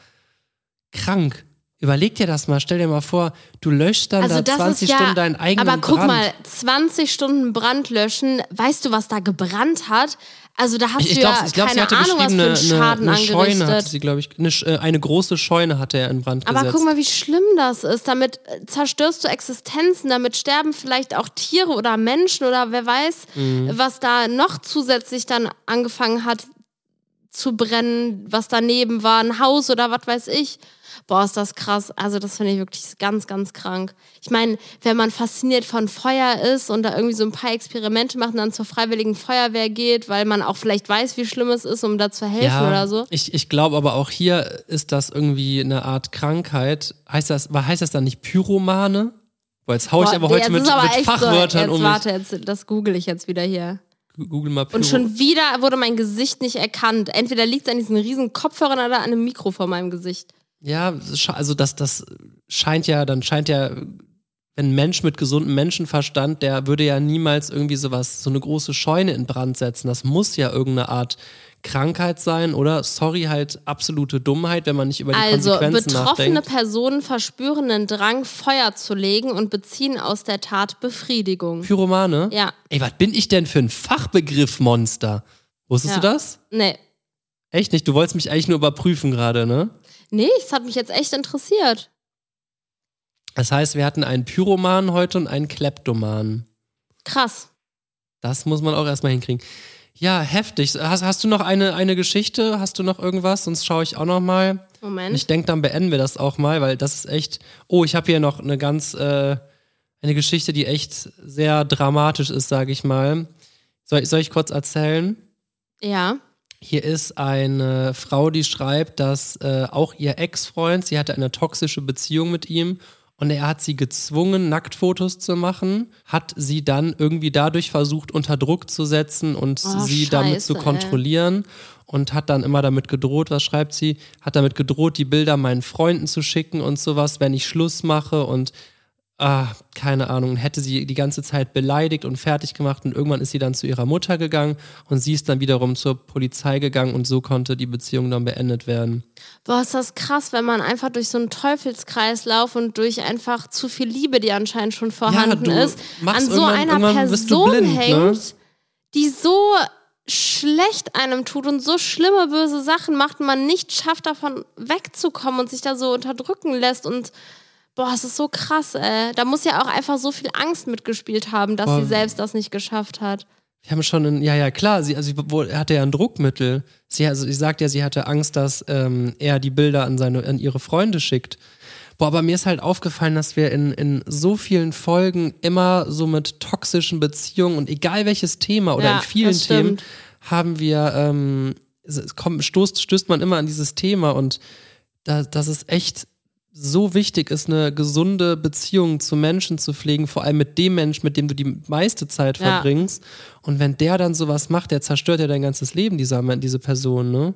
Speaker 2: Krank. Überleg dir das mal, stell dir mal vor, du löschst dann
Speaker 1: Also
Speaker 2: da
Speaker 1: das
Speaker 2: zwanzig
Speaker 1: ist ja,
Speaker 2: Stunden deinen eigenen
Speaker 1: aber guck
Speaker 2: Brand.
Speaker 1: mal, zwanzig Stunden Brand löschen, weißt du, was da gebrannt hat? Also da hast
Speaker 2: Ich, ich
Speaker 1: du
Speaker 2: glaube,
Speaker 1: ja
Speaker 2: ich glaub, sie
Speaker 1: keine
Speaker 2: hatte
Speaker 1: Ahnung, was
Speaker 2: geschrieben,
Speaker 1: für
Speaker 2: eine,
Speaker 1: einen
Speaker 2: eine,
Speaker 1: Schaden
Speaker 2: eine Scheune hatte
Speaker 1: angerichtet.
Speaker 2: sie, glaube ich, eine, Sch- äh, eine große Scheune hatte er in Brand
Speaker 1: Aber
Speaker 2: gesetzt.
Speaker 1: guck mal, wie schlimm das ist. Damit äh, zerstörst du Existenzen, damit sterben vielleicht auch Tiere oder Menschen oder wer weiß,
Speaker 2: Mhm.
Speaker 1: was da noch zusätzlich dann angefangen hat zu brennen, was daneben war, ein Haus oder was weiß ich. Boah, ist das krass. Also das finde ich wirklich ganz, ganz krank. Ich meine, wenn man fasziniert von Feuer ist und da irgendwie so ein paar Experimente macht und dann zur Freiwilligen Feuerwehr geht, weil man auch vielleicht weiß, wie schlimm es ist, um da zu helfen oder so.
Speaker 2: Ich, ich glaube aber auch hier ist das irgendwie eine Art Krankheit. Heißt das, heißt das dann nicht Pyromane? Boah, jetzt hau ich
Speaker 1: Boah,
Speaker 2: aber
Speaker 1: nee,
Speaker 2: heute
Speaker 1: jetzt
Speaker 2: mit,
Speaker 1: ist aber
Speaker 2: mit
Speaker 1: echt
Speaker 2: Fachwörtern
Speaker 1: so, jetzt
Speaker 2: um
Speaker 1: warte, jetzt, das google ich jetzt wieder hier.
Speaker 2: mich. Google mal Pyro.
Speaker 1: Und schon wieder wurde mein Gesicht nicht erkannt. Entweder liegt es an diesen riesen Kopfhörern oder an einem Mikro vor meinem Gesicht.
Speaker 2: Ja, also das, das scheint ja, dann scheint ja wenn ein Mensch mit gesundem Menschenverstand, der würde ja niemals irgendwie sowas, so eine große Scheune in Brand setzen. Das muss ja irgendeine Art Krankheit sein oder, sorry, halt absolute Dummheit, wenn man nicht über die
Speaker 1: also,
Speaker 2: Konsequenzen
Speaker 1: betroffene
Speaker 2: nachdenkt.
Speaker 1: Personen verspüren den Drang, Feuer zu legen und beziehen aus der Tat Befriedigung.
Speaker 2: Pyromane?
Speaker 1: Ja.
Speaker 2: Ey, was bin ich denn für ein Fachbegriff, Monster? Wusstest
Speaker 1: Ja.
Speaker 2: du das?
Speaker 1: Nee.
Speaker 2: Echt nicht? Du wolltest mich eigentlich nur überprüfen gerade, ne?
Speaker 1: Nee, das hat mich jetzt echt interessiert.
Speaker 2: Das heißt, wir hatten einen Pyroman heute und einen Kleptoman.
Speaker 1: Krass.
Speaker 2: Das muss man auch erstmal hinkriegen. Ja, heftig. Hast, hast du noch eine, eine Geschichte? Hast du noch irgendwas? Sonst schaue ich auch noch mal.
Speaker 1: Moment.
Speaker 2: Und ich denke, dann beenden wir das auch mal, weil das ist echt... Oh, ich habe hier noch eine ganz... Äh, eine Geschichte, die echt sehr dramatisch ist, sage ich mal. Soll, soll ich kurz erzählen?
Speaker 1: Ja.
Speaker 2: Hier ist eine Frau, die schreibt, dass äh, auch ihr Ex-Freund, sie hatte eine toxische Beziehung mit ihm und er hat sie gezwungen, Nacktfotos zu machen, hat sie dann irgendwie dadurch versucht, unter Druck zu setzen und
Speaker 1: Oh,
Speaker 2: sie
Speaker 1: Scheiße,
Speaker 2: damit zu kontrollieren und hat dann immer damit gedroht, was schreibt sie, hat damit gedroht, die Bilder meinen Freunden zu schicken und sowas, wenn ich Schluss mache und Ah, keine Ahnung, hätte sie die ganze Zeit beleidigt und fertig gemacht und irgendwann ist sie dann zu ihrer Mutter gegangen und sie ist dann wiederum zur Polizei gegangen und so konnte die Beziehung dann beendet werden.
Speaker 1: Boah, ist das krass, wenn man einfach durch so einen Teufelskreislauf und durch einfach zu viel Liebe, die anscheinend schon vorhanden
Speaker 2: du
Speaker 1: ist,
Speaker 2: machst
Speaker 1: an so
Speaker 2: irgendwann-
Speaker 1: einer
Speaker 2: irgendwann bist du
Speaker 1: Person
Speaker 2: blind,
Speaker 1: hängt,
Speaker 2: ne?
Speaker 1: die so schlecht einem tut und so schlimme, böse Sachen macht und man nicht schafft, davon wegzukommen und sich da so unterdrücken lässt und boah, es ist so krass, ey. Da muss ja auch einfach so viel Angst mitgespielt haben, dass
Speaker 2: Boah.
Speaker 1: sie selbst das nicht geschafft hat.
Speaker 2: Wir haben schon, ein, ja, ja, klar, sie, also, sie hatte ja ein Druckmittel. Sie, also, sie sagt ja, sie hatte Angst, dass ähm, er die Bilder an, seine, an ihre Freunde schickt. Boah, aber mir ist halt aufgefallen, dass wir in, in so vielen Folgen immer so mit toxischen Beziehungen und egal welches Thema oder
Speaker 1: Ja,
Speaker 2: in vielen
Speaker 1: das stimmt.
Speaker 2: Themen haben wir, ähm, es kommt, stoßt, stößt man immer an dieses Thema und da, das ist echt so wichtig ist, eine gesunde Beziehung zu Menschen zu pflegen, vor allem mit dem Mensch, mit dem du die meiste Zeit
Speaker 1: Ja.
Speaker 2: verbringst. Und wenn der dann sowas macht, der zerstört ja dein ganzes Leben, dieser, diese Person, ne?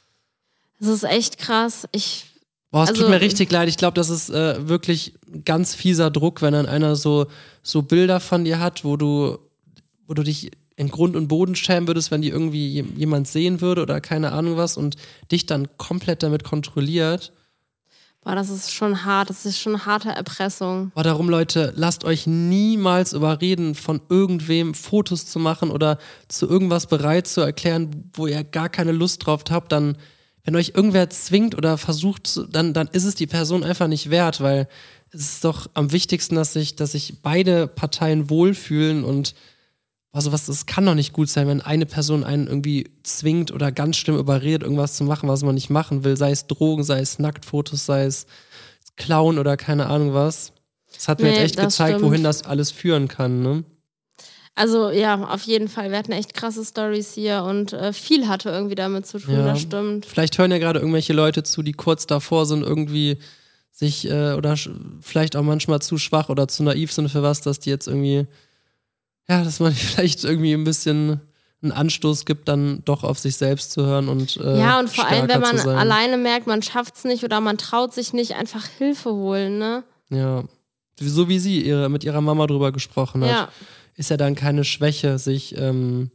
Speaker 1: Das ist echt krass. Ich,
Speaker 2: Boah, es
Speaker 1: Also-
Speaker 2: tut mir richtig leid. Ich glaube, das ist äh, wirklich ganz fieser Druck, wenn dann einer so, so Bilder von dir hat, wo du, wo du dich in Grund und Boden schämen würdest, wenn die irgendwie j- jemand sehen würde oder keine Ahnung was und dich dann komplett damit kontrolliert.
Speaker 1: boah, das ist schon hart. Das ist schon harte Erpressung.
Speaker 2: Boah, darum, Leute, lasst euch niemals überreden, von irgendwem Fotos zu machen oder zu irgendwas bereit zu erklären, wo ihr gar keine Lust drauf habt. Dann, wenn euch irgendwer zwingt oder versucht, zu- dann, dann ist es die Person einfach nicht wert, weil es ist doch am wichtigsten, dass sich, dass sich beide Parteien wohlfühlen und boah, sowas, das kann doch nicht gut sein, wenn eine Person einen irgendwie zwingt oder ganz schlimm überredet, irgendwas zu machen, was man nicht machen will, sei es Drogen, sei es Nacktfotos, sei es Klauen oder keine Ahnung was. Das hat mir
Speaker 1: Nee,
Speaker 2: jetzt echt
Speaker 1: das
Speaker 2: gezeigt,
Speaker 1: stimmt.
Speaker 2: wohin das alles führen kann, ne?
Speaker 1: Also ja, auf jeden Fall. Wir hatten echt krasse Storys hier und äh, viel hatte irgendwie damit zu tun,
Speaker 2: Ja.
Speaker 1: das stimmt.
Speaker 2: Vielleicht hören ja gerade irgendwelche Leute zu, die kurz davor sind, irgendwie sich äh, oder sch- vielleicht auch manchmal zu schwach oder zu naiv sind für was, dass die jetzt irgendwie, ja, dass man vielleicht irgendwie ein bisschen einen Anstoß gibt, dann doch auf sich selbst zu hören und äh,
Speaker 1: Ja, und vor allem, wenn
Speaker 2: stärker
Speaker 1: man
Speaker 2: zu sein.
Speaker 1: alleine merkt, man schafft's nicht oder man traut sich nicht, einfach Hilfe holen, ne?
Speaker 2: Ja, so wie sie ihre, mit ihrer Mama drüber gesprochen hat.
Speaker 1: Ja.
Speaker 2: Ist ja dann keine Schwäche, sich ähm,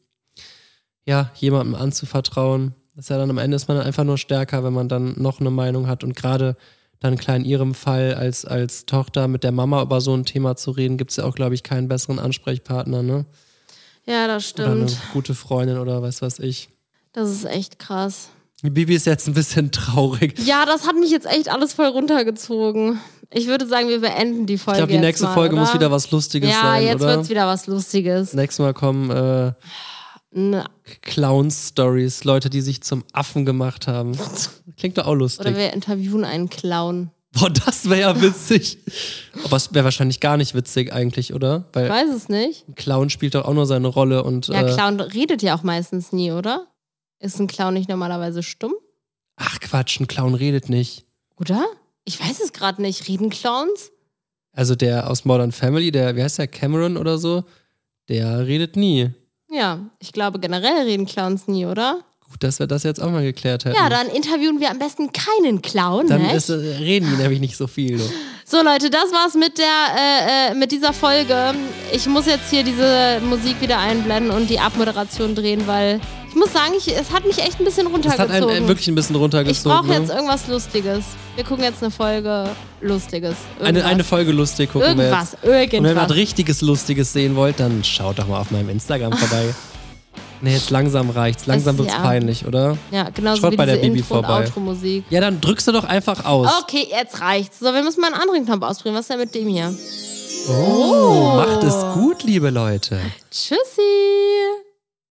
Speaker 2: ja, jemandem anzuvertrauen. Das ist ja dann am Ende ist man dann einfach nur stärker, wenn man dann noch eine Meinung hat. Und gerade dann klar in ihrem Fall als, als Tochter mit der Mama über so ein Thema zu reden, gibt es ja auch, glaube ich, keinen besseren Ansprechpartner, ne?
Speaker 1: Ja, das
Speaker 2: Oder eine
Speaker 1: stimmt.
Speaker 2: gute Freundin oder was weiß ich.
Speaker 1: Das ist echt krass.
Speaker 2: Die Bibi ist jetzt ein bisschen traurig.
Speaker 1: Ja, das hat mich jetzt echt alles voll runtergezogen. Ich würde sagen, wir beenden die
Speaker 2: Ich
Speaker 1: Folge.
Speaker 2: glaube, die
Speaker 1: jetzt
Speaker 2: nächste
Speaker 1: mal,
Speaker 2: Folge
Speaker 1: oder?
Speaker 2: muss wieder was Lustiges
Speaker 1: Ja,
Speaker 2: sein,
Speaker 1: jetzt
Speaker 2: oder?
Speaker 1: wird's wieder was Lustiges.
Speaker 2: Nächstes Mal kommen äh,
Speaker 1: Ne.
Speaker 2: Clown-Stories, Leute, die sich zum Affen gemacht haben. Klingt doch auch lustig.
Speaker 1: Oder wir interviewen einen Clown.
Speaker 2: Boah, das wäre ja witzig. Aber es wäre wahrscheinlich gar nicht witzig eigentlich, oder?
Speaker 1: Ich
Speaker 2: Weil
Speaker 1: weiß es nicht.
Speaker 2: ein Clown spielt doch auch nur seine Rolle und
Speaker 1: Ja,
Speaker 2: äh,
Speaker 1: Clown redet ja auch meistens nie, oder? Ist ein Clown nicht normalerweise stumm?
Speaker 2: ach Quatsch, ein Clown redet nicht.
Speaker 1: Oder? Ich weiß es gerade nicht. Reden Clowns?
Speaker 2: Also der aus Modern Family, der, wie heißt der, Cameron oder so, der redet nie.
Speaker 1: Ja, ich glaube generell reden Clowns nie, oder?
Speaker 2: Gut, dass wir das jetzt auch mal geklärt hätten.
Speaker 1: Ja, dann interviewen wir am besten keinen Clown,
Speaker 2: Dann
Speaker 1: ne?
Speaker 2: ist, äh, reden die nämlich nicht so viel. Du.
Speaker 1: So Leute, das war's mit der äh, äh, mit dieser Folge. Ich muss jetzt hier diese Musik wieder einblenden und die Abmoderation drehen, weil ich muss sagen, ich, es hat mich echt ein bisschen
Speaker 2: Das
Speaker 1: runtergezogen.
Speaker 2: hat einen äh, wirklich ein bisschen
Speaker 1: ich
Speaker 2: runtergezogen.
Speaker 1: brauche
Speaker 2: ne?
Speaker 1: jetzt irgendwas Lustiges. Wir gucken jetzt eine Folge Lustiges.
Speaker 2: eine,
Speaker 1: Irgendwas.
Speaker 2: eine Folge lustig gucken
Speaker 1: Irgendwas,
Speaker 2: wir jetzt. Und wenn ihr
Speaker 1: irgendwas.
Speaker 2: was richtiges Lustiges sehen wollt, dann schaut doch mal auf meinem Instagram vorbei. Nee, jetzt langsam reicht's. Langsam
Speaker 1: Es-
Speaker 2: wird's
Speaker 1: ja.
Speaker 2: peinlich, oder?
Speaker 1: Ja, genauso
Speaker 2: Schaut
Speaker 1: wie
Speaker 2: bei der
Speaker 1: diese
Speaker 2: Bibi
Speaker 1: Intro- und
Speaker 2: vorbei.
Speaker 1: Outro-Musik.
Speaker 2: Ja, dann drückst du doch einfach aus.
Speaker 1: Okay, jetzt reicht's. So, wir müssen mal einen anderen Knopf ausprobieren. Was ist denn mit dem hier?
Speaker 2: Oh, macht es gut, liebe Leute.
Speaker 1: Tschüssi.